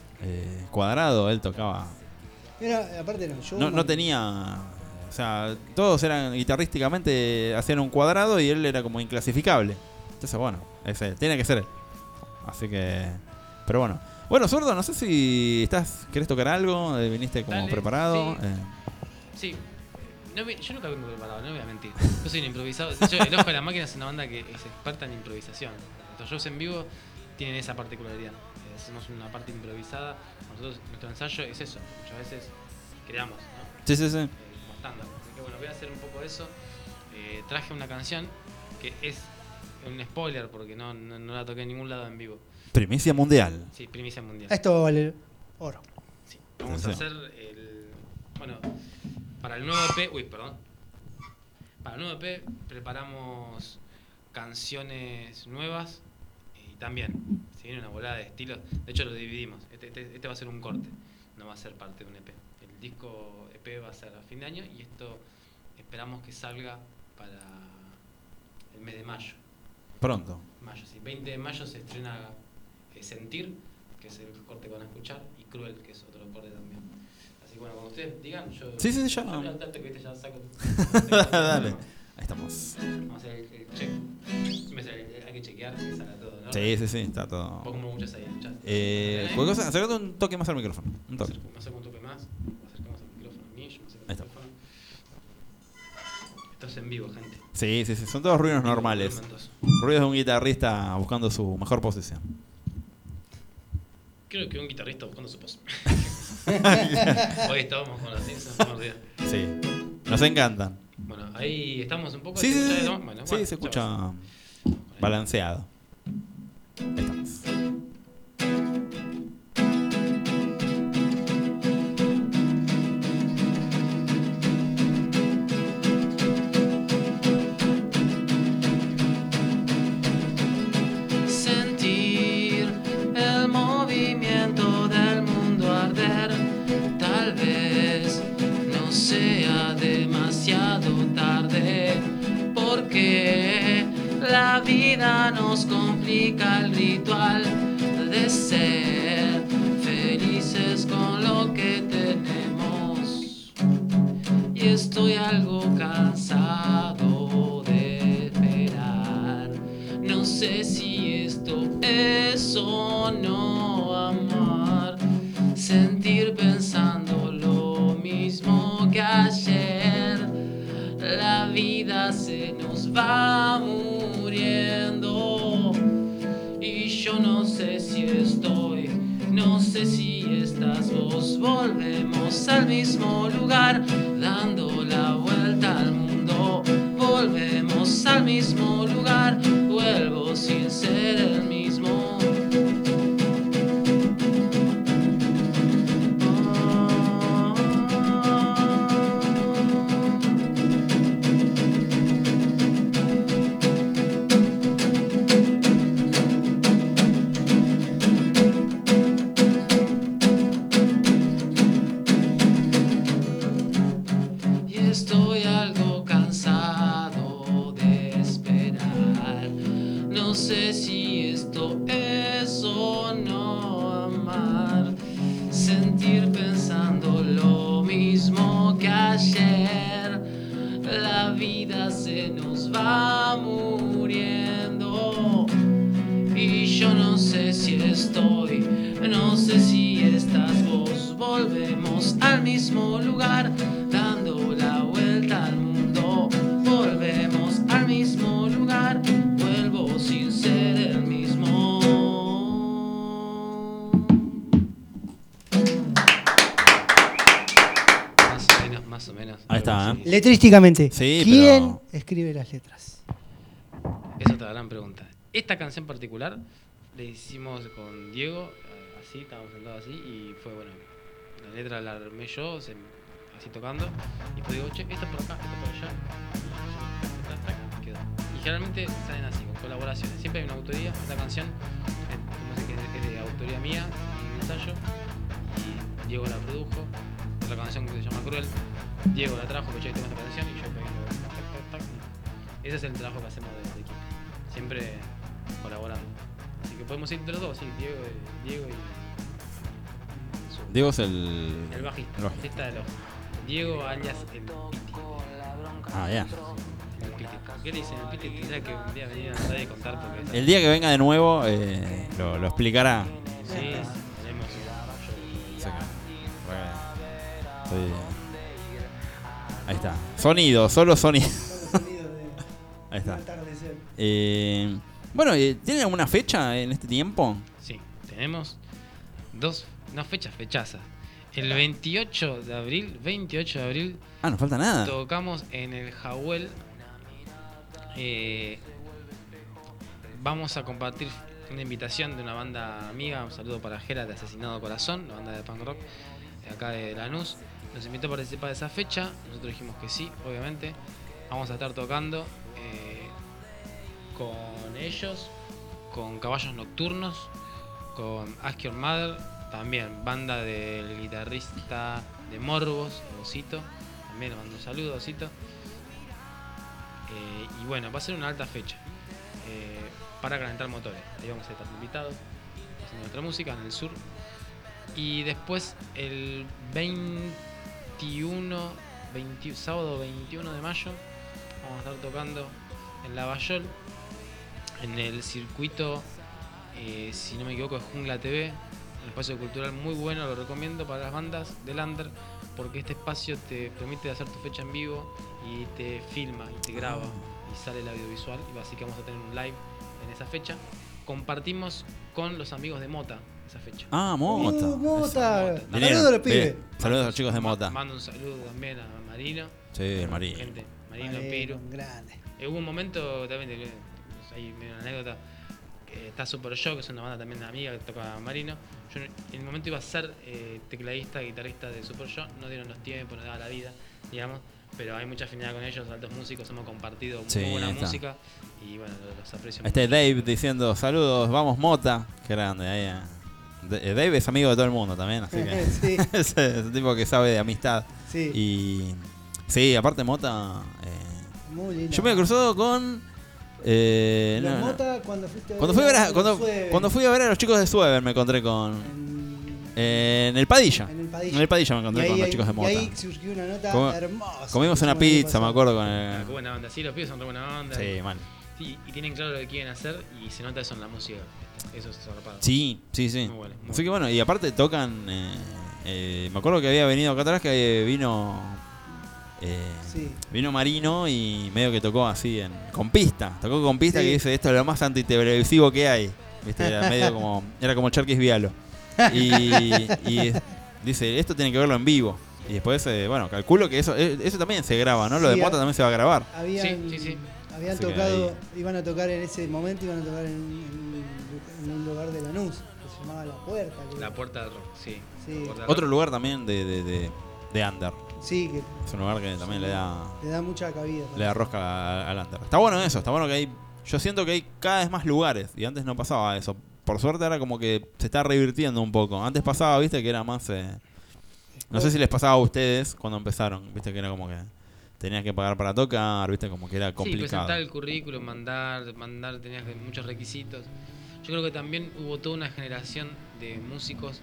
eh, cuadrado, él tocaba. Era, aparte era un show. No, no tenía, o sea, todos eran guitarrísticamente, hacían un cuadrado y él era como inclasificable. Entonces, bueno, es él, tiene que ser él. Así que, pero bueno. Bueno, Zurdo, no sé si estás, ¿querés tocar algo? Eh, ¿Viniste como Dale, preparado? sí. Eh, Sí, no me- yo nunca vengo preparado, no voy a mentir. Yo soy un improvisado. De hecho, El Ojo de la Máquina es una banda que es experta en improvisación. Los shows en vivo tienen esa particularidad. Eh, Hacemos una parte improvisada. Nosotros, nuestro ensayo es eso. Muchas veces creamos, ¿no? sí, sí, sí. Eh, como estándar. Así que bueno, voy a hacer un poco de eso. Eh, traje una canción que es un spoiler porque no, no, no la toqué en ningún lado en vivo. Primicia mundial. Sí, primicia mundial. Esto va a valer oro. Sí, vamos Sí, a sí. hacer el. Bueno, para el nuevo E P. Uy, perdón. Para el nuevo E P preparamos canciones nuevas y también. Se viene una volada de estilos. De hecho, lo dividimos. Este, este, este va a ser un corte, no va a ser parte de un E P. El disco E P va a ser a fin de año y esto esperamos que salga para el mes de mayo. Pronto. Mayo, sí. veinte de mayo se estrena eh, Sentir, que es el corte que van a escuchar, y Cruel, que es otro corte también. Así que bueno, cuando ustedes digan, yo... Sí, sí, ya. Yo al tanto que viste, ya saco... Dale, ahí estamos. Vamos a hacer el, el check. Siempre se- hay que chequear que salga todo, ¿no? Sí, sí, sí, está todo. Vos como muchos ahí en el chat. Eh, cualquier cosa, acércate un toque más al micrófono. Un Me toque. acerco, me acerco un toque más, me acercamos al micrófono a mí, yo me acerco Ahí al está. micrófono. Esto es en vivo, gente. Sí, sí, sí, son todos ruidos normales. Momentos. Ruidos de un guitarrista buscando su mejor posición. Creo que un guitarrista buscando su pos. Hoy estábamos con las Simpsons, no me olvidé. Sí, nos encantan. Bueno, ahí estamos un poco. Sí, ¿Se sí, escucha sí, eso? Bueno, sí, bueno, se escuchamos. escucha balanceado. Ahí estamos. Sentir el movimiento del mundo arder, tal vez no sea demasiado tarde, porque la vida nos complica el ritual de ser felices con lo que tenemos. Y estoy algo cansado de esperar. No sé si esto es o no amar. Sentir pensando lo mismo que ayer. La vida se nos va muriendo. Y yo no sé si estoy, no sé si estás vos. Volvemos al mismo lugar, dando la vuelta al mundo. Volvemos al mismo lugar, vuelvo sin ser el mismo. Y estoy algo cansado de esperar. No sé si esto es o no amar. Sentir pensando lo mismo que ayer. La vida se nos va muriendo. Y yo no sé si estoy, no sé si estás vos. Volvemos al mismo lugar, dando la vuelta al mundo. Volvemos al mismo lugar, vuelvo sin ser el mismo. Más o menos, más o menos. Ahí está, ¿eh? Letrísticamente, Sí, ¿quién pero- escribe las letras? Es otra gran pregunta. Esta canción particular la hicimos con Diego, eh, así, estábamos sentados así, y fue bueno. La letra la armé yo, se- así tocando, y después digo, che, esto por acá, esto por allá. Y tac, tac, quedó. Y generalmente salen así, con colaboraciones. Siempre hay una autoría. Esta canción es, como sé que es, es de autoría mía, un ensayo, y Diego la produjo. Otra canción que se llama Cruel, Diego la trajo, porque yo tengo esta canción, y yo pegué lo- tac, tac, tac. Ese es el trabajo que hacemos de, de equipo, siempre colaborando. Así que podemos ir entre los dos, sí, Diego, y- Diego y su- Diego es el. el bajista, el el bajista. bajista del ojo. Diego alias el Piti. Ah, ya. El Piti. ¿Qué le dicen? El Piti tendría que un día venir a la radio y contar porque... El día que venga de nuevo eh, lo, lo explicará. Sí, tenemos un Sí, Estoy- Ahí está. Sonido, solo sonido. Ahí está. Eh, bueno, eh, ¿tienen alguna fecha en este tiempo? Sí, tenemos dos, no fechas, fechazas. El veintiocho de abril, veintiocho de abril, Ah, no falta nada. tocamos en el Jawel. Eh, vamos a compartir una invitación de una banda amiga. Un saludo para Gera de Asesinado Corazón, la banda de punk rock de acá de Lanús. Nos invitó a participar de esa fecha. Nosotros dijimos que sí, obviamente. Vamos a estar tocando eh, con ellos, con Caballos Nocturnos, con Ask Your Mother, también banda del guitarrista de Morbos, Osito. También le mando un saludo, Osito. Eh, y bueno, va a ser una alta fecha eh, para calentar motores. Ahí vamos a estar invitados. haciendo nuestra música en el sur. Y después el veintiuno, veinte, sábado veintiuno de mayo vamos a estar tocando en Lavallol, en el circuito, eh, si no me equivoco, es Jungla T V, un espacio cultural muy bueno, lo recomiendo para las bandas del under, porque este espacio te permite hacer tu fecha en vivo y te filma y te graba y sale el audiovisual, y así que vamos a tener un live en esa fecha. Compartimos con los amigos de Mota esa fecha. Ah, Mota. Uh, Mota. Eso, Saludos a los pibes. Saludos a los chicos de Mota. Mando un saludo también a Marino. Sí, Marino. Gente, Marino, Marino, Piru. grande. Eh, hubo un momento también, de, hay una anécdota, que está Super Show, que es una banda también de amiga que toca Marino. Yo en el momento iba a ser eh, tecladista, guitarrista de Super Show, no dieron los tiempos, no daba la vida, digamos, pero hay mucha afinidad con ellos, altos músicos, hemos compartido Sí, muy buena está. música y bueno, los aprecio Este mucho. Dave diciendo saludos, vamos Mota. Qué grande. Ahí, eh. D- Dave es amigo de todo el mundo también, así que Sí. es un tipo que sabe de amistad. Sí. Y sí, aparte Mota. eh, Muy lindo. yo me he cruzado con. Eh, Los no, no. Mota, cuando fuiste a Cuando fui a ver a, los cuando, Sueven, cuando fui a ver a los chicos de Suever me encontré con. en, eh, en el Padilla. en el Padilla. En el Padilla me encontré Y con ahí- los chicos de Y Mota. ahí surgió una nota Comi- hermosa. Comimos que una hicimos el año pizza, me pasado. acuerdo con Ah, el. qué buena onda, sí, los pibes son re buena onda. Sí, mal. Sí, y tienen claro lo que quieren hacer y se nota eso en la música. Eso es zarpado. Sí, sí, sí. Muy bueno, muy Así que bueno. bueno, y aparte tocan. Eh, eh, me acuerdo que había venido acá atrás, que vino. Eh, Sí. Vino Marino y medio que tocó así en, con pista. Tocó con pista Sí. que dice esto es lo más antitelevisivo que hay. ¿Viste? Era medio como. Era como Charquis Vialo. Y, y dice, esto tiene que verlo en vivo. Y después, eh, bueno, calculo que eso eh, eso también se graba, ¿no? Lo de Sí, Mota a- también se va a grabar. Habían, Sí, sí, sí. habían Así que tocado, ahí- iban a tocar en ese momento, iban a tocar en, en- en un lugar de Lanús, que se llamaba La Puerta. que- La Puerta del Rock, sí. Sí. La Puerta del Otro Rock. lugar también de, de, de, de under. Sí, que Es un lugar que también le da. le da mucha cabida. Le da rosca a- al under. Está bueno eso, está bueno que hay. Yo siento que hay cada vez más lugares. Y antes no pasaba eso. Por suerte ahora como que se está revirtiendo un poco. Antes pasaba, viste, que era más. Eh, no sé si les pasaba a ustedes cuando empezaron. Viste que era como que tenías que pagar para tocar, viste, como que era Sí, complicado. presentar el currículum, mandar, mandar, tenías que- muchos requisitos. Yo creo que también hubo toda una generación de músicos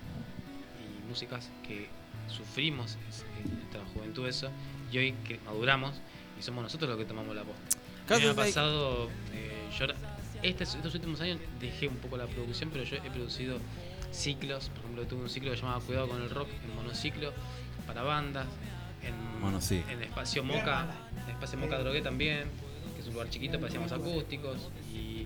y músicas que sufrimos en nuestra juventud eso, y hoy que maduramos y somos nosotros los que tomamos la posta. A mí me ha Cada vez hay- pasado, eh, yo ahora- estos, estos últimos años dejé un poco la producción, pero yo he producido ciclos. Por ejemplo, tuve un ciclo que se llamaba Cuidado con el Rock en monociclo para bandas, en, Monociclo. en Espacio Moca, en Espacio Moca Drogué también, que es un lugar chiquito, pero hacíamos acústicos, y,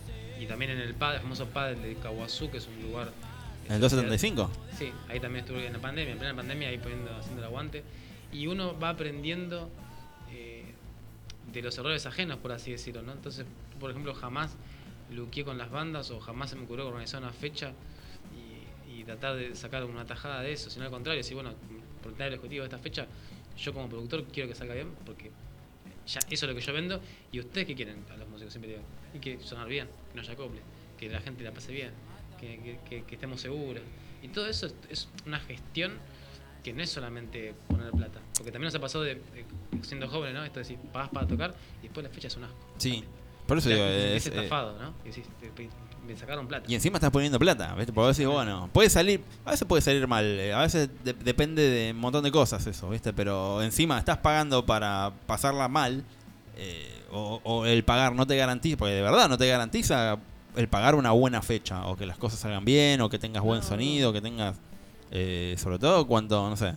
y también en el pad, el famoso pad de Kawasu, que es un lugar... ¿En el doscientos setenta y cinco? Sí, ahí también estuve en la pandemia, en plena pandemia, ahí poniendo, haciendo el aguante. Y uno va aprendiendo eh, de los errores ajenos, por así decirlo, ¿no? Entonces, por ejemplo, jamás luqueé con las bandas o jamás se me ocurrió organizar una fecha y, y tratar de sacar una tajada de eso, sino al contrario, si bueno, por tener el objetivo de esta fecha, yo como productor quiero que salga bien, porque ya eso es lo que yo vendo, y ustedes qué quieren a los músicos, siempre digo, y que sonar bien, que no haya acople, que la gente la pase bien, que, que, que, que estemos seguros. Y todo eso es, es una gestión que no es solamente poner plata, porque también nos ha pasado de, de siendo jóvenes, ¿no? Esto de decir, pagás para tocar y después la fecha es un asco. Sí. Por eso Ya, digo, es, es, eh, estafado, ¿no? Y decís, te- te- me sacaron plata. y encima estás poniendo plata, ¿viste? Porque vos decís, bueno, puede salir, a veces puede salir mal, eh, a veces de- depende de un montón de cosas eso, ¿viste? Pero encima estás pagando para pasarla mal, eh, o, o el pagar no te garantiza, porque de verdad no te garantiza el pagar una buena fecha, o que las cosas salgan bien, o que tengas buen sonido, que tengas, eh, sobre todo cuando, no sé.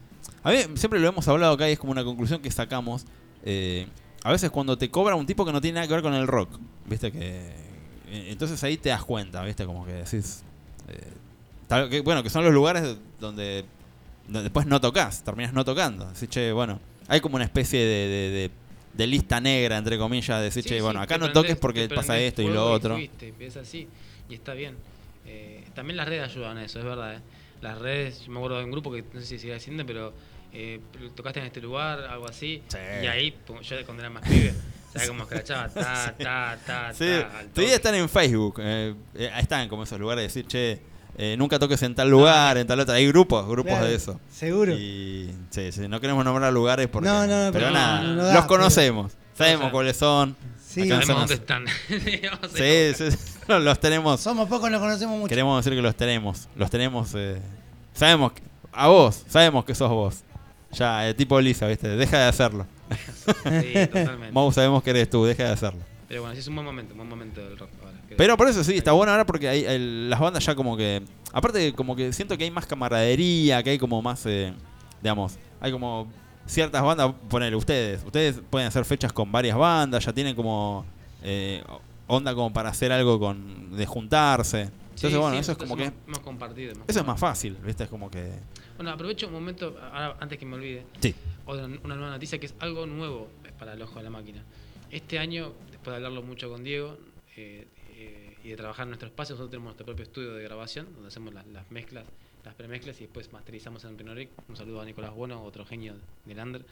A mí siempre lo hemos hablado acá y es como una conclusión que sacamos. eh, a veces cuando te cobra un tipo que no tiene nada que ver con el rock, ¿viste? Que eh, entonces ahí te das cuenta, ¿viste? Como que decís... eh, tal- que, bueno, que son los lugares donde, donde después no tocas, terminas no tocando. Así, che, bueno, hay como una especie de, de, de, de lista negra, entre comillas, de decir, Sí, che, sí, bueno, acá te no prendés- toques porque te pasa prendés esto y lo fuego otro. fuiste, es así, y está bien. Eh, también las redes ayudan a eso, es verdad. ¿eh? Las redes, yo me acuerdo de un grupo que no sé si sigue haciendo, pero eh, tocaste en este lugar, algo así, Sí. y ahí, pum, yo cuando era más pibe, ¿sabes cómo escrachaba? Ta, ta, ta, Sí, ta, al todavía toque. están en Facebook. Eh, eh, están como esos lugares de decir, che, eh, nunca toques en tal lugar, en tal otro. Hay grupos, grupos Claro, de eso. Seguro. Y sí, sí, no queremos nombrar lugares porque. No, no, no, pero pero nada, no, no da, los pero- conocemos. Sabemos O sea, cuáles son. Sí. Acá en Sabemos zona- dónde están. Vamos a Sí, ir a sí, sí. los tenemos. Somos pocos, nos conocemos mucho. Queremos decir que los tenemos. Los tenemos. Eh, sabemos. Que, a vos. Sabemos que sos vos. Ya, eh, tipo Lisa, ¿viste? Deja de hacerlo. Sí, totalmente. Mau, sabemos que eres tú. Deja de hacerlo. Pero bueno, sí es un buen momento, un buen momento del rock ahora. creo. Pero por eso sí, está bueno ahora porque hay, el- las bandas ya como que... Aparte como que siento que hay más camaradería, que hay como más... eh, digamos, hay como ciertas bandas, ponele ustedes. Ustedes pueden hacer fechas con varias bandas, ya tienen como... eh, onda como para hacer algo con de juntarse. Entonces Sí, bueno, sí, eso es nosotros como que... hemos, hemos compartido. hemos Eso es más compartido. fácil, ¿viste? Es como que... Bueno, aprovecho un momento, ahora, antes que me olvide. Sí. Otra, una nueva noticia que es algo nuevo para el ojo de la máquina. Este año, después de hablarlo mucho con Diego eh, eh, y de trabajar en nuestro espacio, nosotros tenemos nuestro propio estudio de grabación donde hacemos las, las mezclas, las premezclas y después masterizamos en Pinoric. Un saludo a Nicolás Bueno, otro genio del under.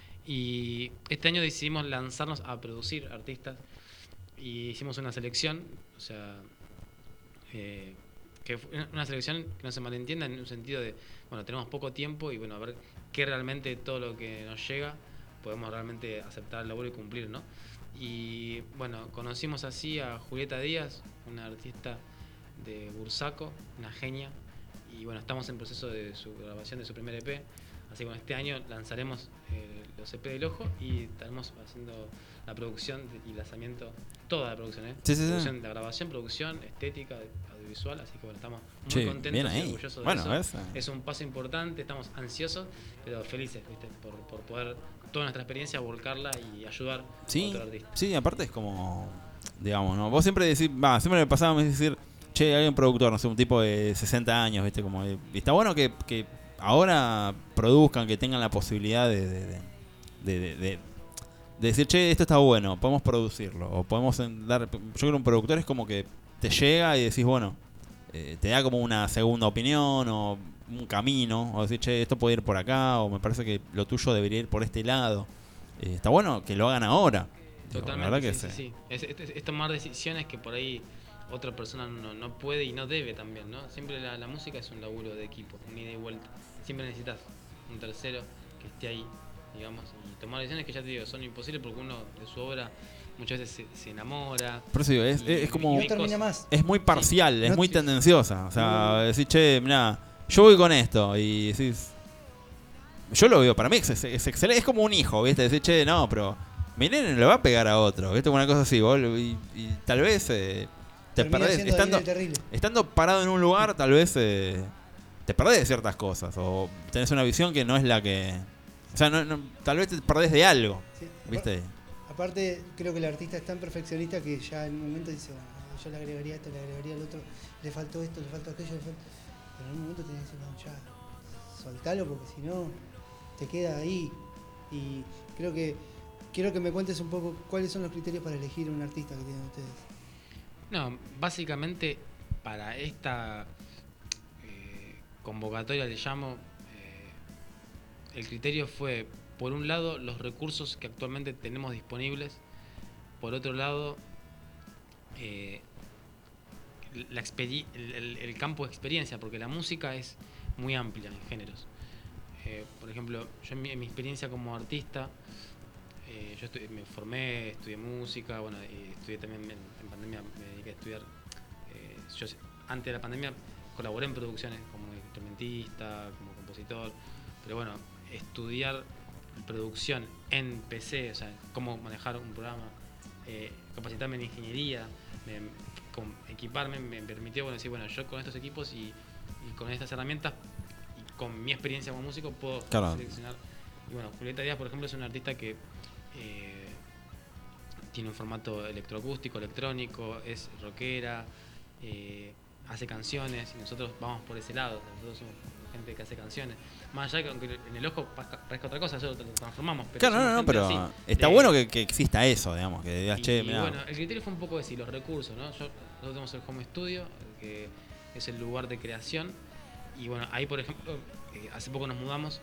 Y este año decidimos lanzarnos a producir artistas y hicimos una selección, o sea, eh, que fue una- una selección que no se malentienda en un sentido de, bueno, tenemos poco tiempo y bueno, a ver qué realmente todo lo que nos llega podemos realmente aceptar el laburo y cumplir, ¿no? Y bueno, conocimos así a Julieta Díaz, una artista de Bursaco, una genia, y bueno, estamos en proceso de su grabación de su primer E P, así que bueno, este año lanzaremos eh, los E P del Ojo y estaremos haciendo la producción y lanzamiento, toda la producción, ¿eh? Sí, sí, sí. Producción, la grabación, producción, estética, audiovisual, así que bueno, estamos muy Che, contentos bien y ahí. orgullosos Bueno, de eso. ¿ves? Es un paso importante, estamos ansiosos, pero felices, ¿viste? Por, por poder toda nuestra experiencia volcarla y ayudar a Sí, otro artista. sí, aparte es como, digamos, ¿no? Vos siempre decís, va, siempre me pasaba a mí decir, che, hay un productor, no sé, un tipo de sesenta años, ¿viste? Como, de- y está bueno que, que ahora produzcan, que tengan la posibilidad de, de, de, de- de- de- de decir, che, esto está bueno, podemos producirlo, o podemos en- dar, yo creo que un productor es como que te llega y decís, bueno, eh, te da como una segunda opinión, o un camino, o decir, che, esto puede ir por acá, o me parece que lo tuyo debería ir por este lado. Eh, está bueno que lo hagan ahora. Digo, la Totalmente, verdad que sí, sí, sí. sí. Es, es- es tomar decisiones que por ahí otra persona no, no puede y no debe también, ¿no? Siempre la, la música es un laburo de equipo, un ida y vuelta. Siempre necesitas un tercero que esté ahí, digamos, y tomar decisiones que ya te digo, son imposibles porque uno de su obra muchas veces se, se enamora. Por eso digo, es, y- es como... No hay termina cosas- más. Es muy parcial, es No muy te- tendenciosa. O sea, decir, che, mirá, yo voy con esto. Y decís. Yo lo veo, para mí es, es, es excelente. Es como un hijo, ¿viste? Decir, che, no, pero mi nene no le va a pegar a otro, ¿viste? Una cosa así, vos, y, y tal vez eh, te Termina perdés. siendo Estando, Daniel Terrible. estando parado en un lugar, tal vez eh, te perdés de ciertas cosas. O tenés una visión que no es la que. O sea, no, no- tal vez te perdés de algo, Sí. ¿viste? Aparte, creo que el artista es tan perfeccionista que ya en un momento dice, bueno, yo le agregaría esto, le agregaría el otro, le faltó esto, le faltó aquello, le faltó... Pero en un momento tenés que decir, no, ya, soltalo porque si no, te queda ahí. Y creo que quiero que me cuentes un poco cuáles son los criterios para elegir un artista que tienen ustedes. No, básicamente para esta eh, convocatoria le llamo, eh, el criterio fue, por un lado, los recursos que actualmente tenemos disponibles, por otro lado, eh, la experi- el, el- el campo de experiencia, porque la música es muy amplia en géneros. Eh, por ejemplo, yo en mi, en mi experiencia como artista, eh, yo estu- me formé, estudié música, bueno, y estudié también en, en pandemia, me dediqué a estudiar. eh, yo se- antes de la pandemia colaboré en producciones como instrumentista, como compositor, pero bueno, estudiar producción en P C, o sea, cómo manejar un programa, eh, capacitarme en ingeniería, me- con- equiparme, me permitió bueno, decir, bueno, yo con estos equipos y, y con estas herramientas y con mi experiencia como músico puedo Claro. seleccionar. Y bueno, Julieta Díaz, por ejemplo, es una artista que eh, tiene un formato electroacústico, electrónico, es rockera, eh, hace canciones y nosotros vamos por ese lado. Nosotros somos gente que hace canciones. Más allá de que aunque en el ojo parezca parezca otra cosa, nosotros lo transformamos. Pero Claro, no, somos no, gente pero así, está de- bueno que, que exista eso, digamos, que digas, y, che, y mirá. bueno, el criterio fue un poco decir, los recursos, ¿no? Yo, nosotros tenemos el home studio, que es el lugar de creación. Y bueno, ahí por ejemplo, eh, hace poco nos mudamos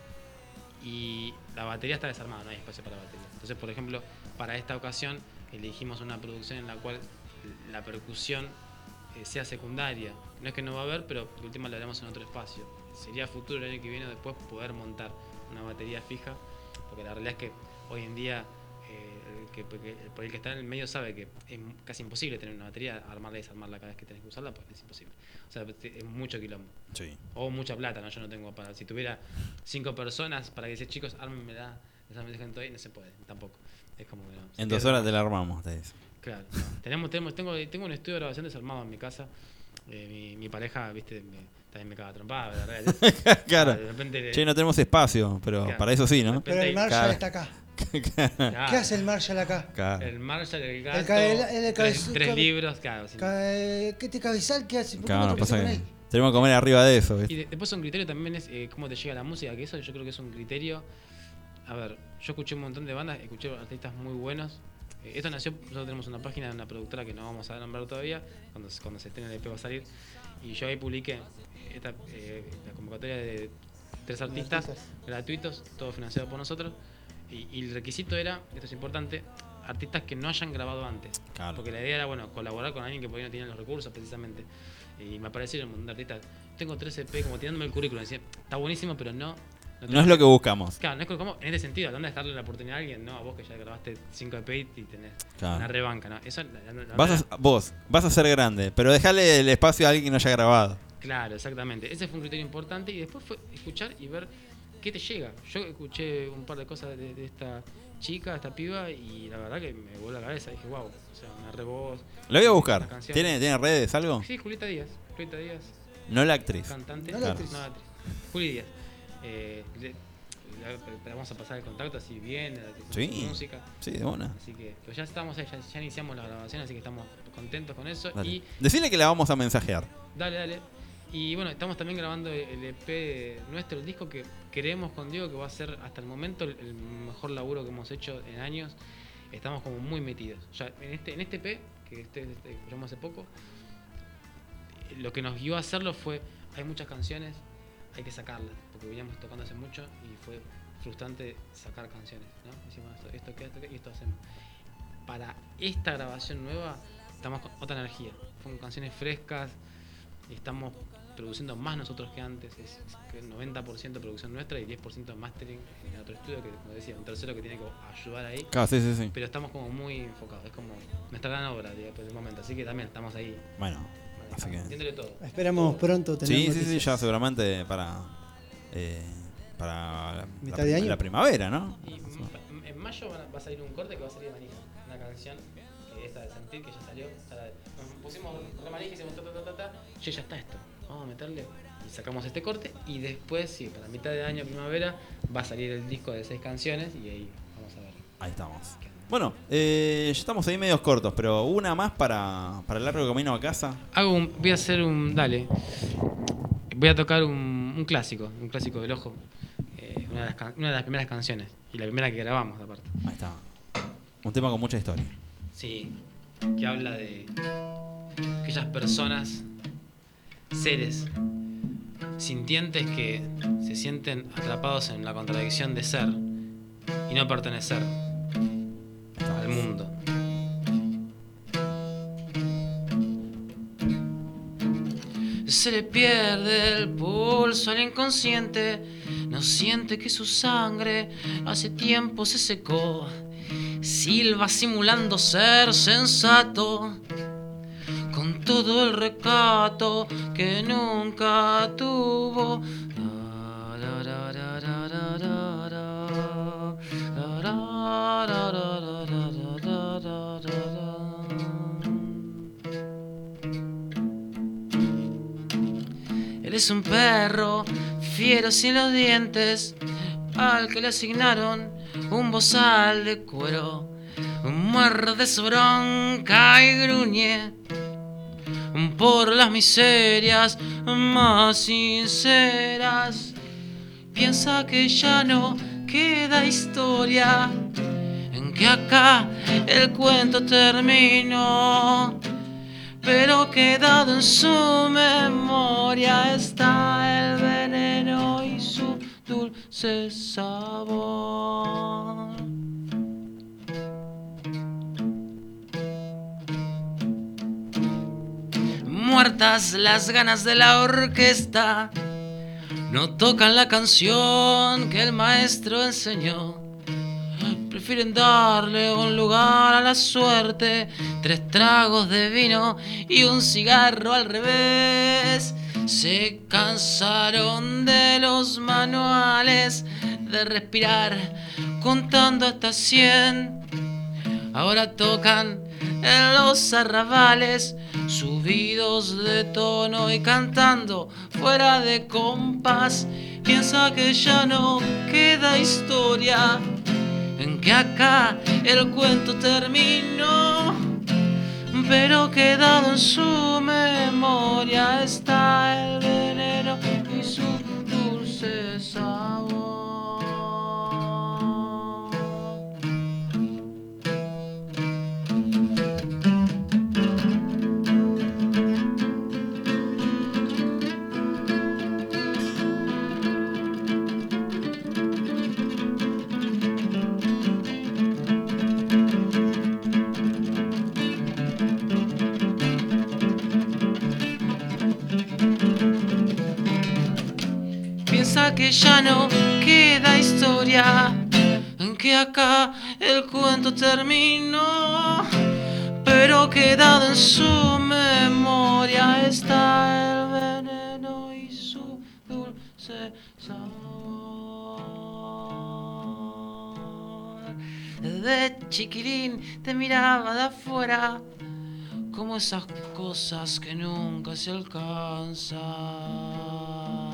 y la batería está desarmada, no hay espacio para batería. Entonces, por ejemplo, para esta ocasión elegimos una producción en la cual la percusión eh, sea secundaria. No es que no va a haber, pero de última la haremos en otro espacio. Sería futuro el año que viene o después poder montar una batería fija, porque la realidad es que hoy en día eh, que, que, por el que está en el medio sabe que es casi imposible tener una batería, armarla y desarmarla cada vez que tenés que usarla, pues es imposible. O sea, es mucho quilombo. Sí. O mucha plata, ¿no? Yo no tengo para... Si tuviera cinco personas para que dice, chicos, ármenmela, esa me dejan todo ahí, no se puede, tampoco. Es como que no. En dos horas te la armamos, te dice. Claro. No. Tenemos, tenemos, tengo, tengo un estudio de grabación desarmado en mi casa. Eh, mi, mi pareja, viste, me, también me caga trompada, ¿verdad? Claro. De repente, che, no tenemos espacio, pero claro. para eso sí, ¿no? Pero el Marshall claro. está acá. Claro. ¿Qué hace el Marshall acá? Claro. El Marshall, el gato, El ca- el- el- el tres, cabe- tres cabe- libros, claro. Sí. Ca- ¿Qué este cabezal qué hace? ¿Por qué Claro, no te pasa con que él? tenemos que comer arriba de eso, ¿viste? Y de- después un criterio también es eh, cómo te llega la música, que eso yo creo que es un criterio. A ver, yo escuché un montón de bandas, escuché artistas muy buenos. Eh, esto nació, nosotros tenemos una página de una productora que no vamos a nombrar todavía, cuando, cuando se estrene el E P va a salir. Y yo ahí publiqué esta, eh, la convocatoria de tres artistas Artistas. gratuitos, todo financiado por nosotros. Y, y el requisito era, esto es importante, artistas que no hayan grabado antes. Claro. Porque la idea era, bueno, colaborar con alguien que por ahí no tiene los recursos precisamente. Y me aparecieron un montón de artistas. Tengo tres E P como tirándome el currículum. Decía, está buenísimo, pero no. No es lo que buscamos. Claro, no es como en este sentido, ¿dónde es darle la oportunidad a alguien? No, a vos que ya grabaste cinco E P y tenés Claro. una rebanca, ¿no? Eso, la- la- la- Vas a, vos vas a ser grande, pero dejale el espacio a alguien que no haya grabado. Claro, exactamente. Ese fue un criterio importante y después fue escuchar y ver qué te llega. Yo escuché un par de cosas de, de esta chica, esta piba, y la verdad que me voló la cabeza. Dije, wow, o sea, una re voz. Lo voy a una buscar. canción. ¿Tiene, ¿Tiene redes, algo? Sí, Julieta Díaz. Julieta Díaz, No la actriz. cantante. No la actriz. No la actriz. Juli Díaz. Eh, le, le- le vamos a pasar el contacto así bien, su Sí. música. Sí, de una. Así que, pero ya estamos ahí, ya, ya iniciamos la grabación, así que estamos contentos con eso. Dale. Y Decile que la vamos a mensajear. dale, dale. Y bueno, estamos también grabando el E P nuestro, el disco que creemos con Diego que va a ser hasta el momento el, el mejor laburo que hemos hecho en años. Estamos como muy metidos. Ya en este, en este E P, que este, este, escuchamos hace poco, lo que nos guió a hacerlo fue, hay muchas canciones, hay que sacarlas, porque veníamos tocando hace mucho y fue frustrante sacar canciones, ¿no? Decimos esto, esto queda, esto queda, y esto hacemos. Para esta grabación nueva estamos con otra energía, con canciones frescas, estamos produciendo más nosotros que antes, es que noventa por ciento producción nuestra y diez por ciento de mastering en otro estudio, que como decía, un tercero que tiene que ayudar ahí. Claro, sí, sí, sí. Pero estamos como muy enfocados, es como nuestra gran obra, digamos, por el momento, así que también estamos ahí, Bueno, así que. haciéndole todo. Esperamos pronto tener Sí, sí, sí, noticias. ya seguramente para. Eh, para la, ¿Mitad la- de año? la primavera, ¿no? Y m- en mayo van a- va a salir un corte que va a salir de manija, una canción, que esta de Sentir, que ya salió, ya la- nos pusimos re manija y hicimos ta ta ta ta ta, che, ya está esto, vamos a meterle, y sacamos este corte, y después, sí, para mitad de año, primavera, va a salir el disco de seis canciones, y ahí vamos a ver. Ahí estamos. Bueno, eh, ya estamos ahí medios cortos, pero una más para, para el largo camino a casa. Hago un, voy a hacer un, dale, voy a tocar un, un clásico, un clásico del ojo, eh, una, de las, can- una de las primeras canciones, y la primera que grabamos aparte. Ahí está. Un tema con mucha historia. Sí, que habla de aquellas personas, seres, sintientes que se sienten atrapados en la contradicción de ser y no pertenecer al mundo. Se le pierde el pulso al inconsciente, no siente que su sangre hace tiempo se secó. Silba simulando ser sensato, con todo el recato que nunca tuvo. Él es un perro fiero sin los dientes, al que le asignaron un bozal de cuero. Muerde su bronca y gruñe por las miserias más sinceras. Piensa que ya no queda historia, en que acá el cuento terminó, pero quedado en su memoria está el veneno y su dulce sabor. Muertas las ganas de la orquesta, no tocan la canción que el maestro enseñó. prefieren darle un lugar a la suerte. Tres tragos de vino y un cigarro al revés. Se cansaron de los manuales, de respirar contando hasta cien. Ahora tocan en los arrabales, subidos de tono y cantando fuera de compás. Piensa que ya no queda historia, en que acá el cuento terminó, pero quedado en su memoria está el veneno y su dulce sabor. Piensa que ya no queda historia, en que acá el cuento terminó, pero quedado en su memoria está el veneno y su dulce sabor. De chiquilín te miraba de afuera, como esas cosas que nunca se alcanzan.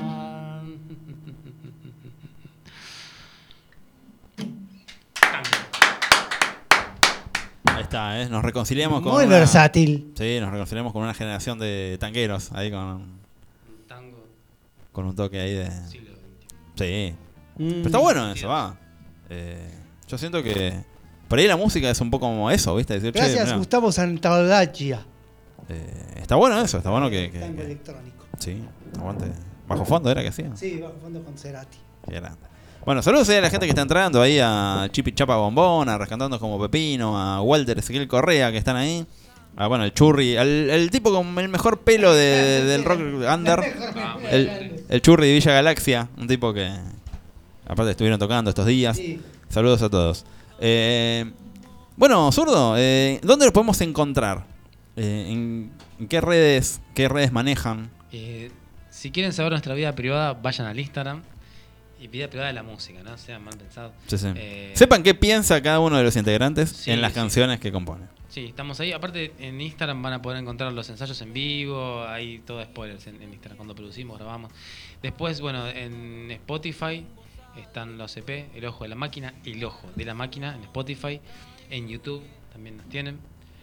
Ahí está, ¿eh? Nos reconciliamos con Muy una- versátil. Sí, nos reconciliamos con una generación de tangueros, ahí con, Un tango con un toque ahí de... siglo veintiuno. Sí. Mm. Pero está bueno eso, va. Eh, yo siento que por ahí la música es un poco como eso, ¿viste? Decir, che, Gracias, mirá, Gustavo Santaolalla. eh, está bueno eso, está bueno que... que- Tango que- electrónico. sí, aguante. Bajo fondo era que hacía. Sí, bajo fondo con Cerati. Qué grande. Bueno, saludos ahí a la gente que está entrando ahí, a Chipi Chapa Bombón, a Rescatando como Pepino, a Walter Ezequiel Correa que están ahí. Ah, bueno, el Churri, el, el tipo con el mejor pelo de, de- del rock under, el, el Churri de Villa Galaxia, un tipo que aparte estuvieron tocando estos días. Sí. Saludos a todos. Eh, bueno, Zurdo, eh, ¿dónde los podemos encontrar? Eh, en, en qué redes, qué redes manejan? Eh, si quieren saber nuestra vida privada, vayan al Instagram. Y vida privada de la música, ¿no? Sean mal pensados. Sí, sí. Eh, Sepan qué piensa cada uno de los integrantes Sí, en las sí. canciones que componen. Sí, estamos ahí. Aparte, en Instagram van a poder encontrar los ensayos en vivo. Hay todo spoilers en, en Instagram cuando producimos, grabamos. Después, bueno, en Spotify están los E P, El Ojo de la Máquina, El Ojo de la Máquina en Spotify. En YouTube también nos tienen.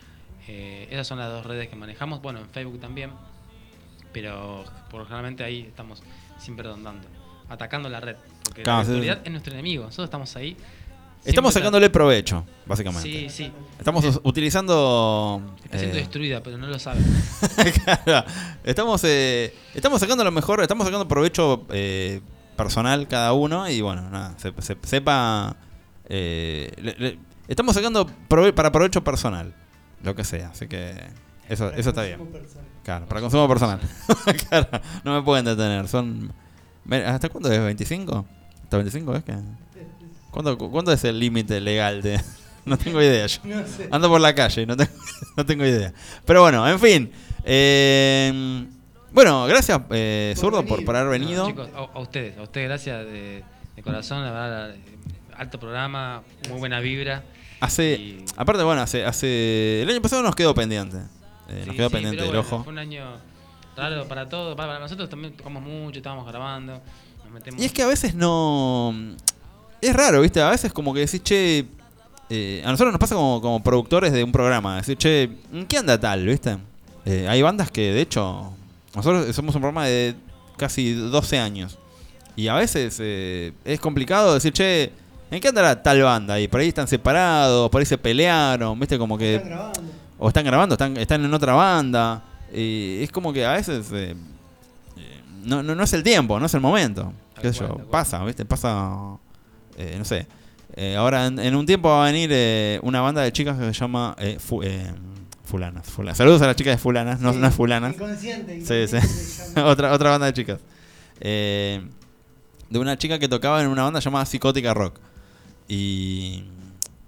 Eh, esas son las dos redes que manejamos. Bueno, en Facebook también. Pero por generalmente ahí estamos siempre rondando, atacando la red. Porque Claro, la sí. virtualidad es nuestro enemigo. Nosotros estamos ahí. Estamos siempre sacándole provecho, básicamente. Sí, sí. Estamos us- utilizando... Está siendo eh, destruida, pero no lo saben. claro, estamos, eh, estamos sacando lo mejor, estamos sacando provecho eh, personal cada uno y bueno, nada, se, se- sepa... eh, le- le- estamos sacando prove- para provecho personal, lo que sea, así que eso, eso está bien. Claro, para consumo personal. Claro, no me pueden detener, son... ¿Hasta cuándo es? ¿veinticinco? ¿Hasta veinticinco es que...? ¿Cuándo, ¿Cuándo es el límite legal de...? No tengo idea yo. No sé. Ando por la calle y no tengo, no tengo idea. Pero bueno, en fin. Eh, bueno, gracias, eh, Por Zurdo, venir. por, por haber venido. No, chicos, a, a ustedes, a ustedes gracias de, de corazón, la verdad, eh, alto programa, muy buena vibra. Hace, Y- aparte, bueno, hace, hace el año pasado nos quedó pendiente. Eh, Sí, nos quedó sí, pendiente pero el bueno, ojo. Fue un año raro para todos, para, para nosotros también tocamos mucho, estábamos grabando, nos metemos... Y es que a veces no... Es raro, ¿viste? A veces como que decís, che... eh, a nosotros nos pasa como, como productores de un programa. Decir, che, ¿en qué anda tal, viste? Eh, hay bandas que, de hecho... Nosotros somos un programa de casi doce años. Y a veces eh, es complicado decir, che, ¿en qué andará tal banda? Y por ahí están separados, por ahí se pelearon, ¿viste? Como que... Están grabando. O están grabando, están, están en otra banda. Y es como que a veces... eh, eh, no, no, no es el tiempo, no es el momento. Tal ¿Qué sé cual, yo? tal cual. Pasa, ¿viste? Pasa... eh, no sé. Eh, ahora en, en un tiempo va a venir eh, una banda de chicas que se llama eh, fu- eh, Fulanas, Fulanas. Saludos a las chicas de Fulanas, no, Sí, no es Fulanas. Inconsciente. Sí, inconsciente sí. se llama. otra, otra banda de chicas. Eh, de una chica que tocaba en una banda llamada Psicótica Rock. Y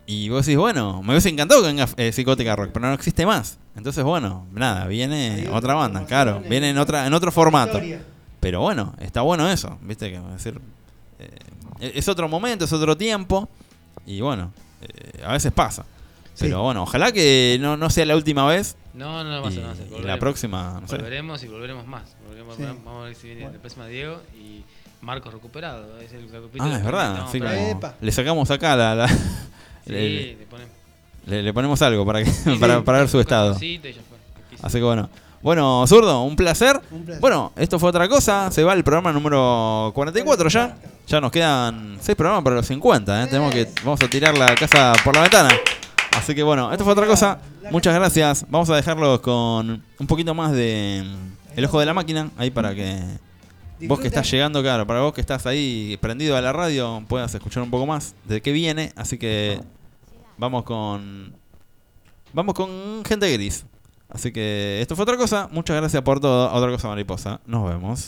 Y vos decís, bueno, me hubiese encantado que venga eh, Psicótica Rock, pero no existe más. Entonces, bueno, nada, viene otra banda, claro, viene en otra en otro formato. Pero bueno, está bueno eso, ¿viste? Que decir, eh, es otro momento, es otro tiempo. Y bueno, eh, a veces pasa. Pero Sí. bueno, ojalá que no, no sea la última vez. No, no, no va a ser, Y, no va a ser. y Volveremos. la próxima, no sé. Volveremos y volveremos más. Volveremos, Sí. Vamos a ver si viene Bueno. la próxima Diego y Marcos recuperado. Es el capítulo Ah, es que verdad. invitamos Así para- como Epa. le sacamos acá la... la- Sí, le, le ponemos. le- le ponemos algo para, que, para, para ver su Un estado. corazoncito y ya fue. Poquísimo. Así que bueno. Bueno, Zurdo, un placer. Un placer. Bueno, esto fue otra cosa. Se va el programa número cuarenta y cuatro ya. Ya nos quedan seis programas para los cincuenta. ¿eh? Tenemos que, vamos a tirar la casa por la ventana. Así que bueno, esto fue otra cosa. Muchas gracias. Vamos a dejarlos con un poquito más de El Ojo de la Máquina. Ahí para que vos que estás llegando, claro, para vos que estás ahí prendido a la radio, puedas escuchar un poco más de qué viene. Así que vamos con... Vamos con Gente Gris. Así que esto fue otra cosa. Muchas gracias por todo. Otra cosa mariposa. Nos vemos.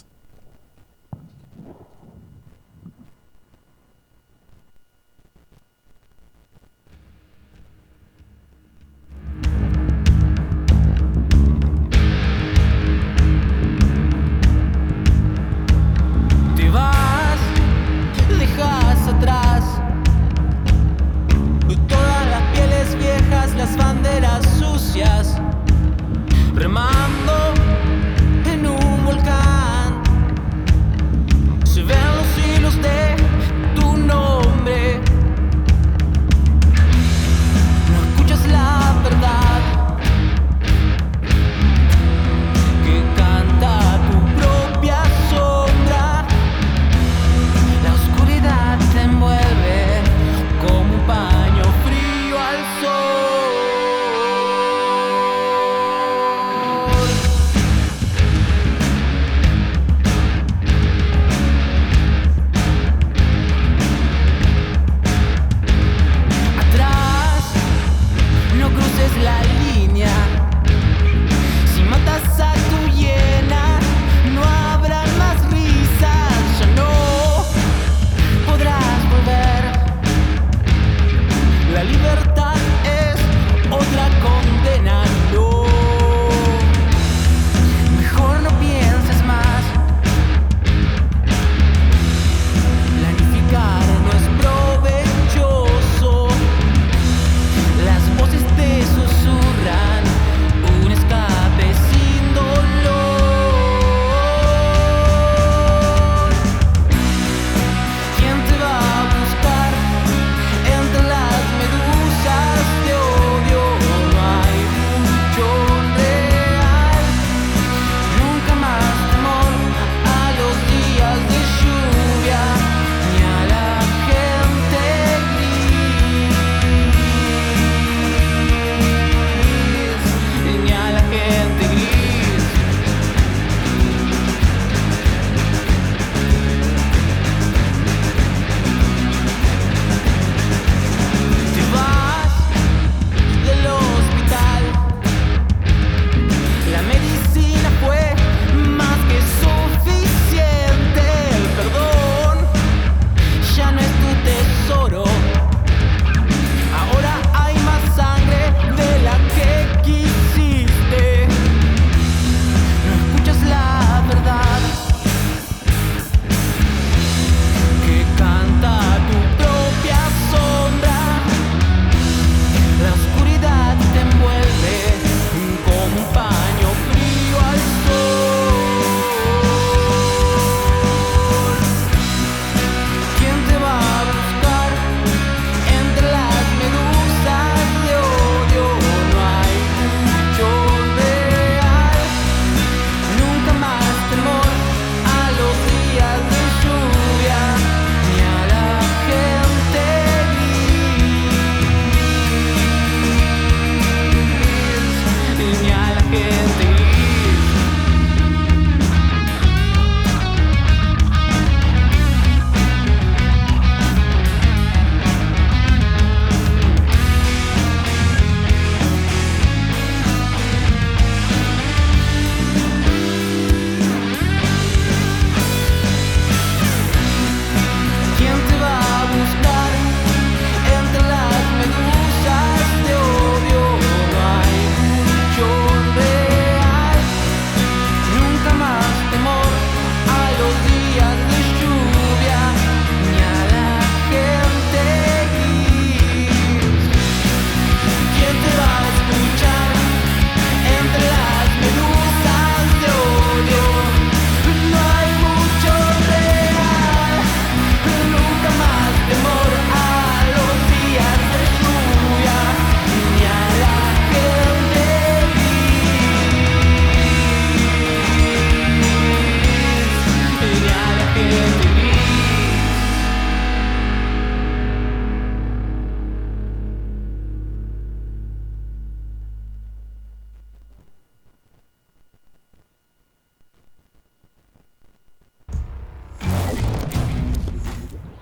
Te vas, dejas atrás todas las pieles viejas, las banderas sucias, remando en un volcán.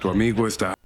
Tu amigo está...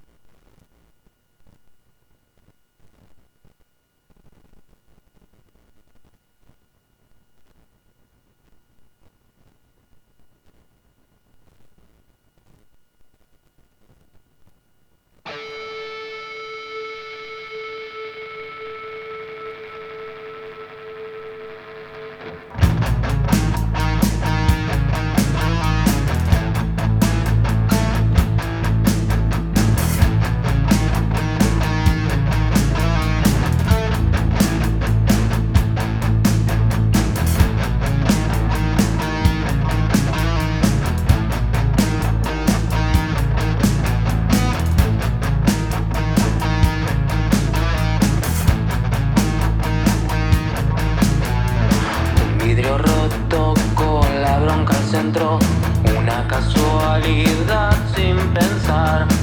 Vidrio roto con la bronca al centro, una casualidad sin pensar.